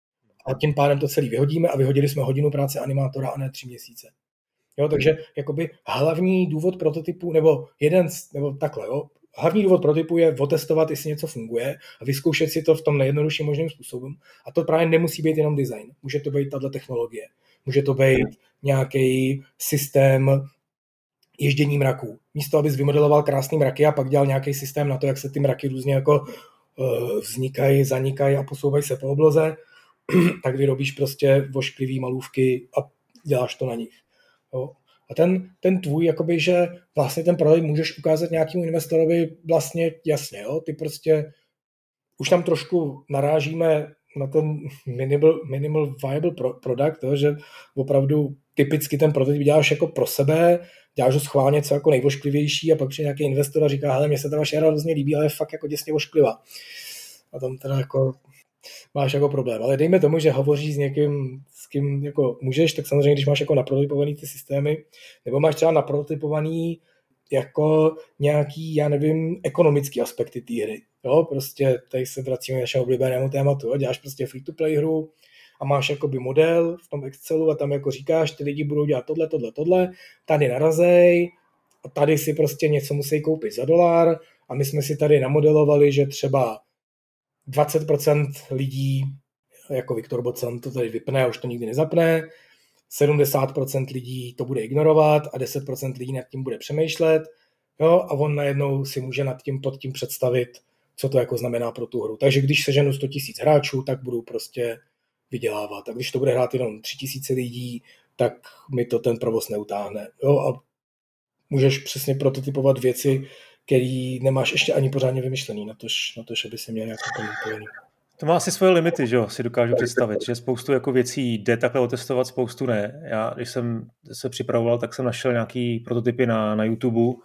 A tím pádem to celý vyhodíme a vyhodili jsme hodinu práce animátora a ne 3 měsíce. Jo, takže jakoby hlavní důvod prototypu, nebo takhle, jo, hlavní důvod prototypu je otestovat, jestli něco funguje a vyzkoušet si to v tom nejjednodušším možným způsobem. A to právě nemusí být jenom design. Může to být tato technologie. Může to být nějaký systém ježdění mraků. Místo, abys vymodeloval krásný mraky a pak dělal nějaký systém na to, jak se ty mraky různě jako vznikají, zanikají a posouvají se po obloze, tak vyrobíš prostě vošklivý malůvky a děláš to na nich. Jo. A ten tvůj, jakoby, že vlastně ten prodej můžeš ukázat nějakému investorovi vlastně jasně, jo? Ty prostě už tam trošku narážíme na ten minimal viable product, jo? Že opravdu typicky ten prototyp děláš jako pro sebe, děláš ho schválně co jako nejvošklivější a pak přijde nějaký investor a říká, hele, mně se ta vaše hra hrozně líbí, ale je fakt jako děsně vošklivá. a tam teda jako máš jako problém. Ale dejme tomu, že hovoříš s někým, s kým jako můžeš, tak samozřejmě, když máš jako naprototypovaný ty systémy, nebo máš třeba naprototypovaný jako nějaký, já nevím, ekonomický aspekty té hry. Jo, prostě tady se vracíme k našemu oblíbenému tématu. Jo? Děláš prostě free-to-play hru a máš jakoby model v tom Excelu a tam jako říkáš, ty lidi budou dělat tohle, tady narazej a tady si prostě něco musí koupit za $1 a my jsme si tady namodelovali, že třeba 20% lidí, jako Viktor Bocan to tady vypne a už to nikdy nezapne, 70% lidí to bude ignorovat a 10% lidí nad tím bude přemýšlet, jo, a on najednou si může pod tím představit, co to jako znamená pro tu hru. Takže když seženu 100 000 hráčů, tak budu prostě vydělávat. A když to bude hrát jenom 3000 lidí, tak mi to ten provoz neutáhne. Jo, a můžeš přesně prototypovat věci, který nemáš ještě ani pořádně vymyšlený na to, aby si měl nějaký komunikovaný. To má asi svoje limity, že jo, si dokážu představit, že spoustu jako věcí jde takhle otestovat, spoustu ne. Já, když jsem se připravoval, tak jsem našel nějaký prototypy na YouTube,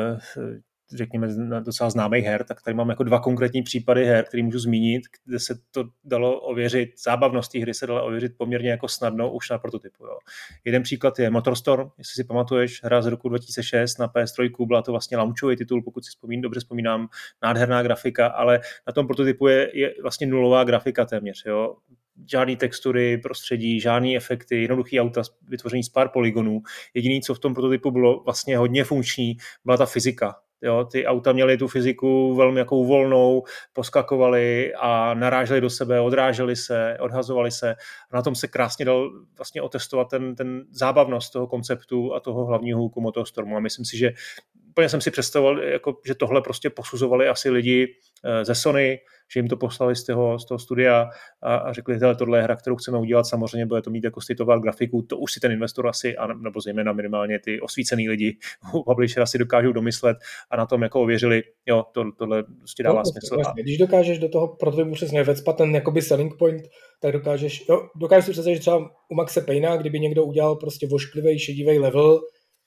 řekněme docela známých her, tak tady mám jako 2 konkrétní případy her, které můžu zmínit, kde se to dalo ověřit, zábavnost té hry se dala ověřit poměrně jako snadno už na prototypu. Jo. Jeden příklad je Motorstorm, jestli si pamatuješ, hra z roku 2006 na PS3, byla to vlastně launchový titul, pokud si dobře vzpomínám, nádherná grafika, ale na tom prototypu je vlastně nulová grafika téměř. Jo. Žádný textury, prostředí, žádný efekty, jednoduchý auta vytvoření z pár polygonů. Jediné, co v tom prototypu bylo vlastně hodně funkční, byla ta fyzika. Jo, ty auta měly tu fyziku velmi jako volnou, poskakovaly a narážely do sebe, odrážely se, odhazovaly se. A na tom se krásně dal vlastně otestovat ten zábavnost toho konceptu a toho hlavního hůku Motorstormu. A myslím si, že úplně jsem si představoval, jako, že tohle prostě posuzovali asi lidi ze Sony, že jim to poslali z toho studia a řekli, že tohle je hra, kterou chceme udělat, samozřejmě bude to mít jako state of art grafiku, to už si ten investor asi, nebo zejména minimálně ty osvícený lidi u publishera si dokážou domyslet a na tom jako ověřili, jo, tohle prostě dává smysl. Vlastně. Když dokážeš do toho prototypu přesně vecpat ten jakoby selling point, tak dokážeš si představit, že třeba u Maxe Payna, kdyby někdo udělal prostě vošklivý šedivý level,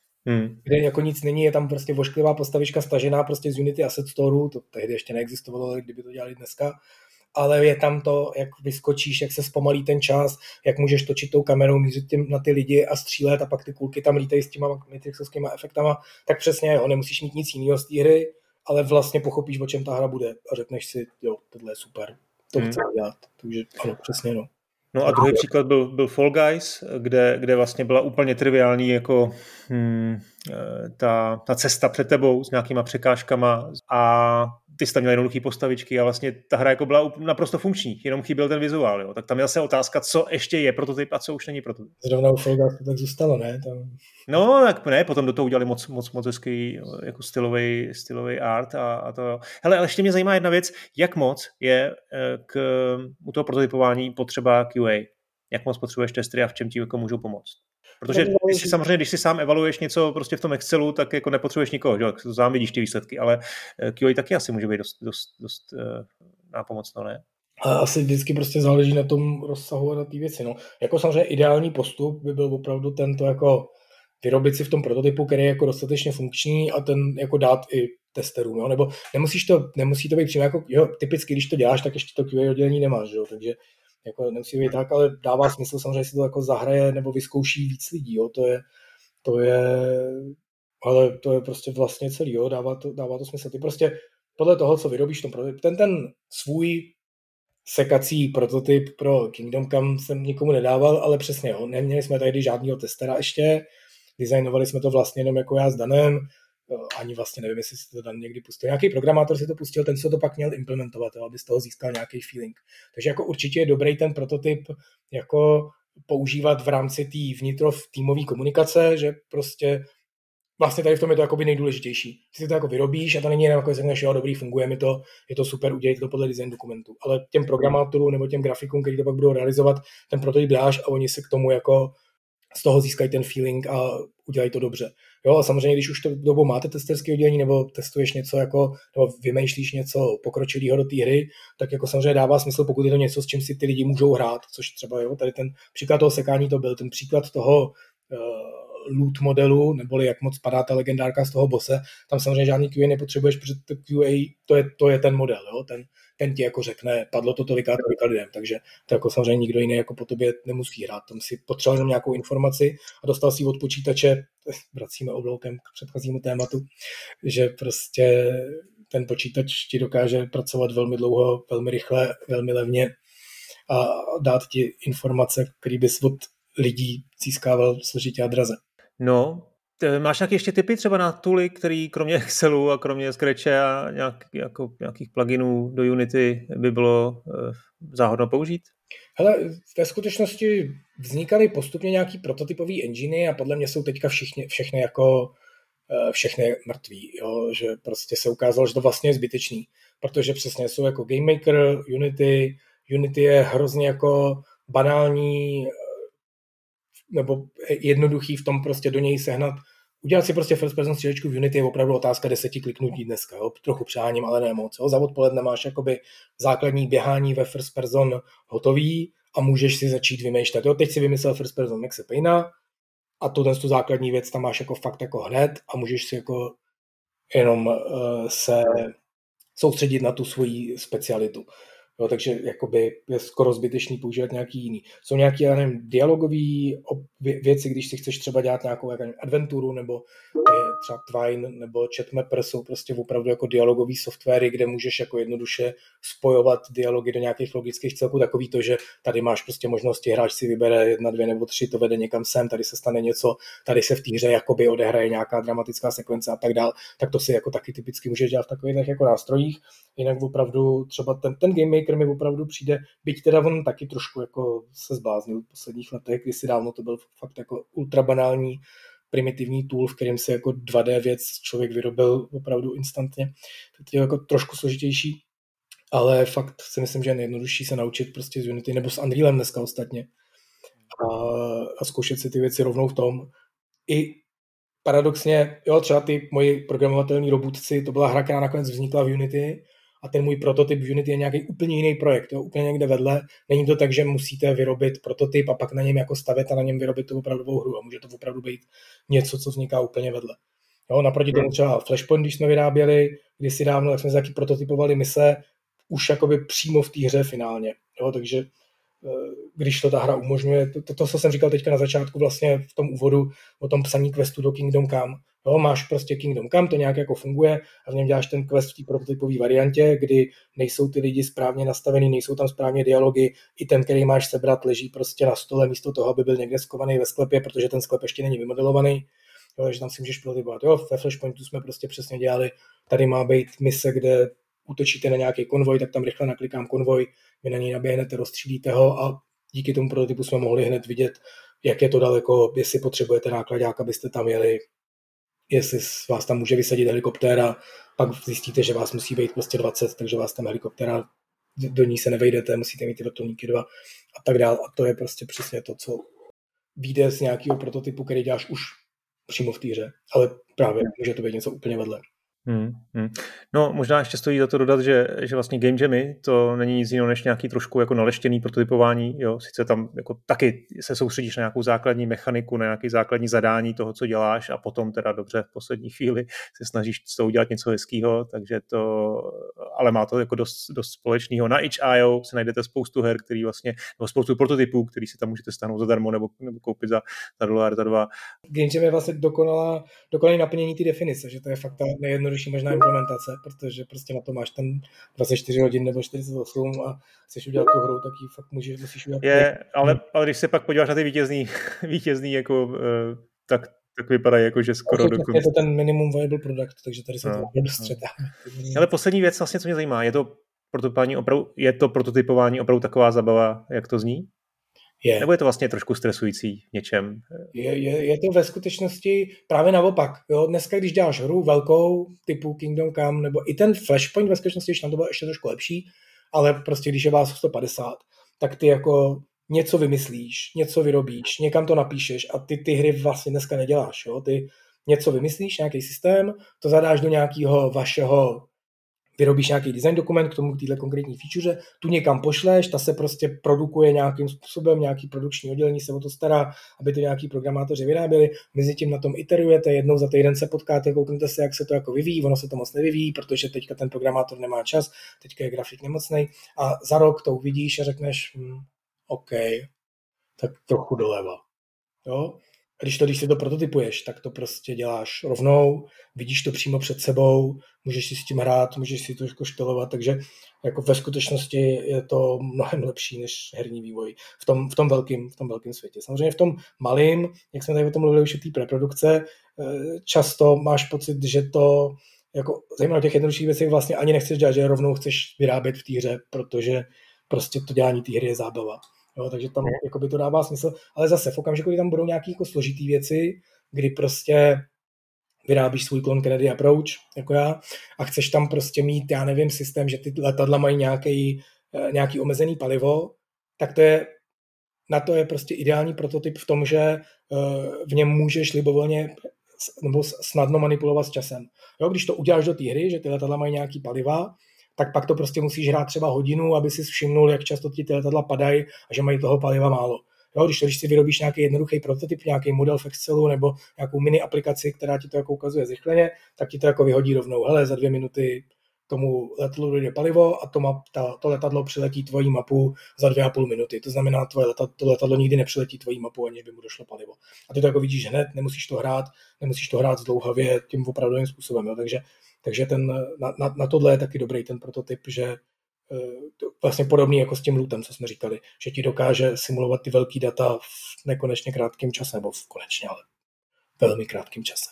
kde jako nic není, je tam prostě vošklivá postavička stažená prostě z Unity Asset Storeu, to tehdy ještě neexistovalo, ale kdyby to dělali dneska, ale je tam to, jak vyskočíš, jak se zpomalí ten čas, jak můžeš točit tou kamerou, mířit na ty lidi a střílet a pak ty kulky tam lítají s těma matrixovskýma efektama, tak přesně, nemusíš mít nic jiného z té hry, ale vlastně pochopíš, o čem ta hra bude a řekneš si, jo, tohle je super, to chci dělat, takže ano, přesně no. No a druhý příklad byl Fall Guys, kde vlastně byla úplně triviální jako ta cesta před tebou s nějakýma překážkama a ty jsi tam měl jednoduchý postavičky a vlastně ta hra jako byla naprosto funkční, jenom chyběl ten vizuál. Jo. Tak tam je zase otázka, co ještě je prototyp a co už není prototyp. Zrovna u Fall Guys to tak zůstalo, ne? No, tak ne, potom do toho udělali moc hezký jako stylový art a to. Hele, ale ještě mě zajímá jedna věc, jak moc je u toho prototypování potřeba QA? Jak moc potřebuješ testery a v čem ti jako můžou pomoct? Protože když si sám evaluuješ něco prostě v tom Excelu, tak jako nepotřebuješ nikoho, že? To sám vidíš ty výsledky, ale QA taky asi může být dost nápomocno, ne? A asi vždycky prostě záleží na tom rozsahu a na té věci. No. Jako samozřejmě ideální postup by byl opravdu tento jako vyrobit si v tom prototypu, který je jako dostatečně funkční a ten jako dát i testerům, jo? Nebo nemusí to být přímo jako, jo, typicky, když to děláš, tak ještě to QA oddělení nemáš, jo? Takže jako nemusí být tak, ale dává smysl samozřejmě, si to jako zahraje nebo vyzkouší víc lidí, jo? Ale to je prostě vlastně celý, jo? Dává to smysl. Ty prostě podle toho, co vyrobíš v tom prototypu, ten svůj sekací prototyp pro Kingdom Come jsem nikomu nedával, ale přesně, jo? Neměli jsme tady žádného testera ještě, designovali jsme to vlastně jenom jako já s Danem, ani vlastně nevím, jestli si to Dan někdy pustil. Nějaký programátor si to pustil, ten se to pak měl implementovat, jo, aby z toho získal nějaký feeling. Takže jako určitě je dobrý ten prototyp jako používat v rámci té týmové komunikace, že prostě vlastně tady v tom je to jakoby nejdůležitější. Ty si to jako vyrobíš a to není jenom jako, že řekneš, jo, dobrý, funguje mi to, je to super, udělejte to podle design dokumentu. Ale těm programátorům nebo těm grafikům, kteří to pak budou realizovat, ten prototyp dáš a oni se k tomu jako z toho získají ten feeling a udělají to dobře. Jo, a samozřejmě, když už to dobu máte testerské oddělení nebo testuješ něco jako, nebo vymýšlíš něco pokročilého do té hry, tak jako samozřejmě dává smysl, pokud je to něco, s čím si ty lidi můžou hrát, což třeba, jo, tady ten příklad toho sekání to byl, ten příklad toho loot modelu, neboli jak moc padá ta legendárka z toho bose. Tam samozřejmě žádný QA nepotřebuješ, protože to QA, to je ten model, jo? Ten ti jako řekne, padlo to tolika lidem, takže to jako samozřejmě nikdo jiný jako po tobě nemusí hrát. Tam si potřeboval jenom nějakou informaci a dostal si od počítače, vracíme obloukem k předchozímu tématu, že prostě ten počítač ti dokáže pracovat velmi dlouho, velmi rychle, velmi levně a dát ti informace, který bys od lidí získával složitě a draze. No, máš nějaké ještě tipy třeba na tooly, který kromě Excelu a kromě Scratche a nějakých pluginů do Unity by bylo záhodno použít? Hele, ve skutečnosti vznikaly postupně nějaký prototypový enginy a podle mě jsou teďka všechny mrtví, jo? Že prostě se ukázalo, že to vlastně je zbytečný, protože přesně jsou jako Game Maker, Unity je hrozně jako banální nebo jednoduchý v tom prostě do něj sehnat. Udělat si prostě first person střílečku v Unity je opravdu otázka 10 kliknutí dneska, jo? Trochu přáním, ale ne moc. Jo? Za odpoledne máš jakoby základní běhání ve first person hotový a můžeš si začít vymýšlet. Jo? Teď si vymyslel first person Maxe Payna a tu základní věc tam máš jako fakt jako hned a můžeš si jako jenom se soustředit na tu svoji specialitu. Jo, takže jakoby je skoro zbytečný používat nějaký jiný. Jsou nějaké, já nevím, dialogové věci, když si chceš třeba dělat nějakou adventuru, nebo třeba Twine, nebo Chatmapper jsou prostě opravdu jako dialogové softwary, kde můžeš jako jednoduše spojovat dialogy do nějakých logických celků, takový to, že tady máš prostě možnosti, hráč si vybere 1, 2 nebo 3, to vede někam sem, tady se stane něco, tady se v té hře jakoby odehraje nějaká dramatická sekvence a tak dál, tak to si jako taky typicky můžeš dělat v takových jako nástrojích. Jinak opravdu třeba ten Game Maker mi opravdu přijde, byť teda on taky trošku jako se zbláznil v posledních letech, kdysi dávno to byl fakt jako ultra banální primitivní tool, v kterém se jako 2D věc člověk vyrobil opravdu instantně. Teď je jako trošku složitější, ale fakt si myslím, že je nejjednodušší se naučit prostě z Unity nebo s Unrealem dneska ostatně a zkoušet si ty věci rovnou v tom. I paradoxně, jo, třeba ty moji programovatelní robotci, to byla hra, která nakonec vznikla v Unity a ten můj prototyp v Unity je nějaký úplně jiný projekt, jo, úplně někde vedle. Není to tak, že musíte vyrobit prototyp a pak na něm jako stavět a na něm vyrobit tu opravdovou hru a může to opravdu být něco, co vzniká úplně vedle. Jo, naproti tomu třeba Flashpoint, když jsme vyráběli kdysi dávno, tak jsme taky prototypovali mise už jakoby přímo v té hře finálně. Jo, takže když to ta hra umožňuje, to, co jsem říkal teďka na začátku vlastně v tom úvodu o tom psaní questu do Kingdom Come. Jo, máš prostě Kingdom Come, to nějak jako funguje a v něm děláš ten quest v té prototypové variantě, kdy nejsou ty lidi správně nastavený, nejsou tam správně dialogy, i ten, který máš sebrat, leží prostě na stole místo toho, aby byl někde skovaný ve sklepě, protože ten sklep ještě není vymodelovaný. Jo, takže tam si můžeš prototypovat. Jo, ve Flashpointu jsme prostě přesně dělali, tady má být mise, kde útočíte na nějaký konvoj, tak tam rychle naklikám konvoj, vy na něj naběhnete, rozstřílíte ho a díky tomu prototypu jsme mohli hned vidět, jak je to daleko, jestli potřebujete nákladák, abyste tam jeli, jestli vás tam může vysadit helikoptéra, pak zjistíte, že vás musí být prostě 20, takže vás tam helikoptéra, do ní se nevejdete, musíte mít ty vrtulníky 2 a tak dál. A to je prostě přesně to, co vyjde z nějakého prototypu, který děláš už přímo v té hře, ale právě může to být něco úplně vedle. No, možná ještě stojí za to dodat, že vlastně game jamy to není nic jiného než nějaký trošku jako naleštěný prototypování, jo, sice tam jako taky se soustředíš na nějakou základní mechaniku, na nějaký základní zadání toho, co děláš a potom teda dobře v poslední chvíli se snažíš z toho udělat něco hezkýho, takže to, ale má to jako dost společného. Na itch.io se najdete spoustu her, který vlastně, nebo spoustu prototypů, který si tam můžete stáhnout zadarmo nebo koupit za $1, za 2. Game jam je vlastně dokonalé naplnění té definice, že to je fakt ta nejjednodušší možná implementace, protože prostě na to máš ten 24 hodin nebo 48 a chceš udělat tu hru, tak ji fakt musíš udělat. Ale když se pak podíváš na ty vítězný jako, tak vypadá jako, že skoro dokonce. Je to ten minimum viable product, takže tady se to opravdu střetá. Ale poslední věc vlastně, co mě zajímá, je to prototypování opravdu taková zabava, jak to zní? Nebo je to vlastně trošku stresující v něčem? Je to ve skutečnosti právě naopak. Jo? Dneska, když děláš hru velkou, typu Kingdom Come, nebo i ten Flashpoint ve skutečnosti, když tam to bylo ještě trošku lepší, ale prostě když je vás 150, tak ty jako něco vymyslíš, něco vyrobíš, někam to napíšeš a ty hry vlastně dneska neděláš. Jo? Ty něco vymyslíš, nějaký systém, to zadáš do nějakého vašeho vyrobíš nějaký design dokument k tomu, k téhle konkrétní feature, tu někam pošleš, ta se prostě produkuje nějakým způsobem, nějaký produkční oddělení se o to stará, aby to nějaký programátoři vyráběli, mezi tím na tom iterujete, jednou za týden se potkáte, kouknete se, jak se to jako vyvíjí, ono se to moc nevyvíjí, protože teďka ten programátor nemá čas, teďka je grafik nemocnej a za rok to uvidíš a řekneš, OK, tak trochu doleva. Jo? Když si to prototypuješ, tak to prostě děláš rovnou, vidíš to přímo před sebou, můžeš si s tím hrát, můžeš si to jako štelovat, takže jako ve skutečnosti je to mnohem lepší než herní vývoj v tom velkém světě. Samozřejmě v tom malém, jak jsme tady o tom mluvili už o té preprodukce, často máš pocit, že to jako zejména těch jednodušších věcí vlastně ani nechceš dělat, že rovnou chceš vyrábět v té hře, protože prostě to dělání té hry je zábava. Jo, takže tam jakoby to dává smysl, ale zase v okamžiku, kdy tam budou nějaké jako složitý věci, kdy prostě vyrábíš svůj klon Kennedy Approach, jako já, a chceš tam prostě mít, já nevím, systém, že ty letadla mají nějaký omezený palivo, tak na to je prostě ideální prototyp v tom, že v něm můžeš libovolně nebo snadno manipulovat s časem. Jo, když to uděláš do té hry, že ty letadla mají nějaký paliva, tak pak to prostě musíš hrát třeba hodinu, aby si všimnul, jak často ti ty letadla padají a že mají toho paliva málo. Jo, když si vyrobíš nějaký jednoduchý prototyp, nějaký model v Excelu nebo nějakou mini aplikaci, která ti to jako ukazuje zrychleně, tak ti to jako vyhodí rovnou. Hele, za 2 minuty tomu letadlu dojde palivo a to letadlo přiletí tvojí mapu za 2,5 minuty. To znamená, to letadlo nikdy nepřiletí tvojí mapu, aniž by mu došlo palivo. A ty to jako vidíš hned, nemusíš to hrát zdlouhavě tím opravdovým způsobem. Jo. Takže na tohle je taky dobrý ten prototyp, že vlastně podobný jako s tím lootem, co jsme říkali, že ti dokáže simulovat ty velký data v nekonečně krátkém čase, nebo konečně, ale velmi krátkém čase.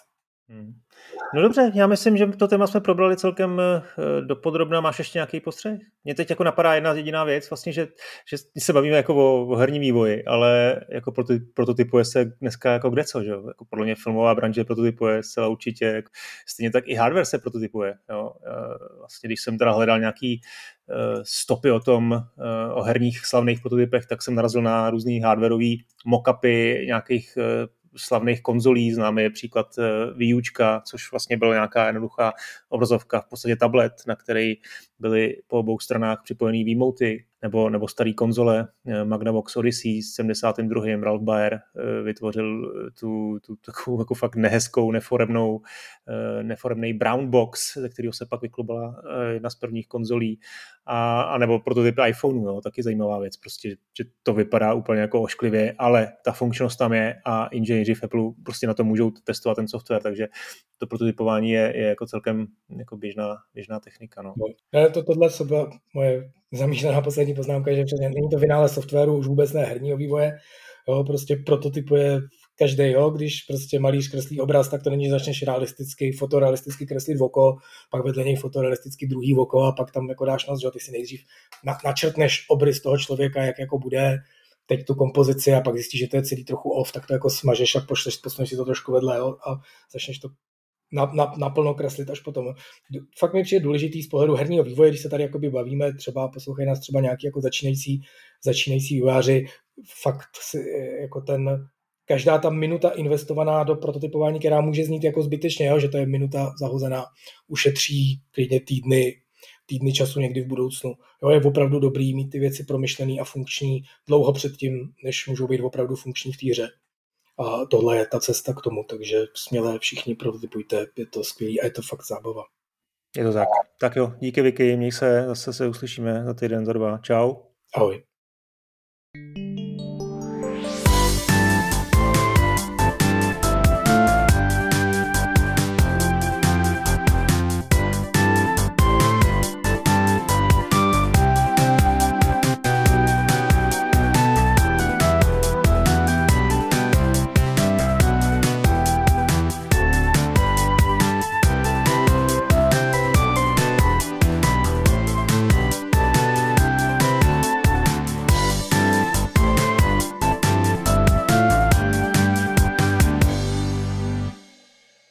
No dobře, já myslím, že to téma jsme probrali celkem dopodrobna. Máš ještě nějaký postřeh? Mně teď jako napadá jedna jediná věc, vlastně, že se bavíme jako o herním vývoji, ale jako prototypuje se dneska jako kdeco, že jo? Jako podle mě filmová branže prototypuje zcela určitě, stejně tak i hardware se prototypuje. Jo? Vlastně když jsem teda hledal nějaký stopy o herních slavných prototypech, tak jsem narazil na různý hardwareový mock-upy nějakých slavných konzolí, známe je příklad Wii Učka, což vlastně byla nějaká jednoduchá obrazovka, v podstatě tablet, na který byly po obou stranách připojený výmouty, nebo starý konzole Magnavox Odyssey s 72. Ralph Baer vytvořil tu takovou jako fakt nehezkou, neforemnej brown box, ze kterého se pak vyklubala jedna z prvních konzolí, a nebo prototyp iPhoneu, jo, taky zajímavá věc, prostě, že to vypadá úplně jako ošklivě, ale ta funkčnost tam je a inženýři v Apple prostě na to můžou testovat ten software, takže to prototypování je jako celkem jako běžná technika. No. Tohle byla moje zamýšlená poslední poznámka, že není to vynález softwaru, už vůbec ne herního vývoje, jo, prostě prototypuje každý, jo, když prostě malíř kreslí obraz, tak to není začneš fotorealisticky kreslit v oko, pak vedle něj fotorealisticky druhý oko a pak tam jako dáš nos, že ty si nejdřív načrtneš obrys toho člověka, jak jako bude, teď tu kompozici a pak zjistíš, že to je celý trochu off, tak to jako smažeš a posuneš si to trošku vedle, jo, a začneš to naplno kreslit až potom. Fakt mi přijde důležitý z pohledu herního vývoje, když se tady jakoby bavíme, třeba poslouchají nás třeba nějaký jako začínající vývojáři, fakt jako každá ta minuta investovaná do prototypování, která může znít jako zbytečně, jo, že to je minuta zahozená, ušetří klidně týdny času někdy v budoucnu. Jo, je opravdu dobrý mít ty věci promyšlený a funkční dlouho předtím, než můžou být opravdu funkční v té hře. A tohle je ta cesta k tomu, takže směle všichni prototypujte, je to skvělý a je to fakt zábava. Je to tak. Tak jo, díky Vicky, měj se, zase se uslyšíme za týden, za 2. Čau. Ahoj.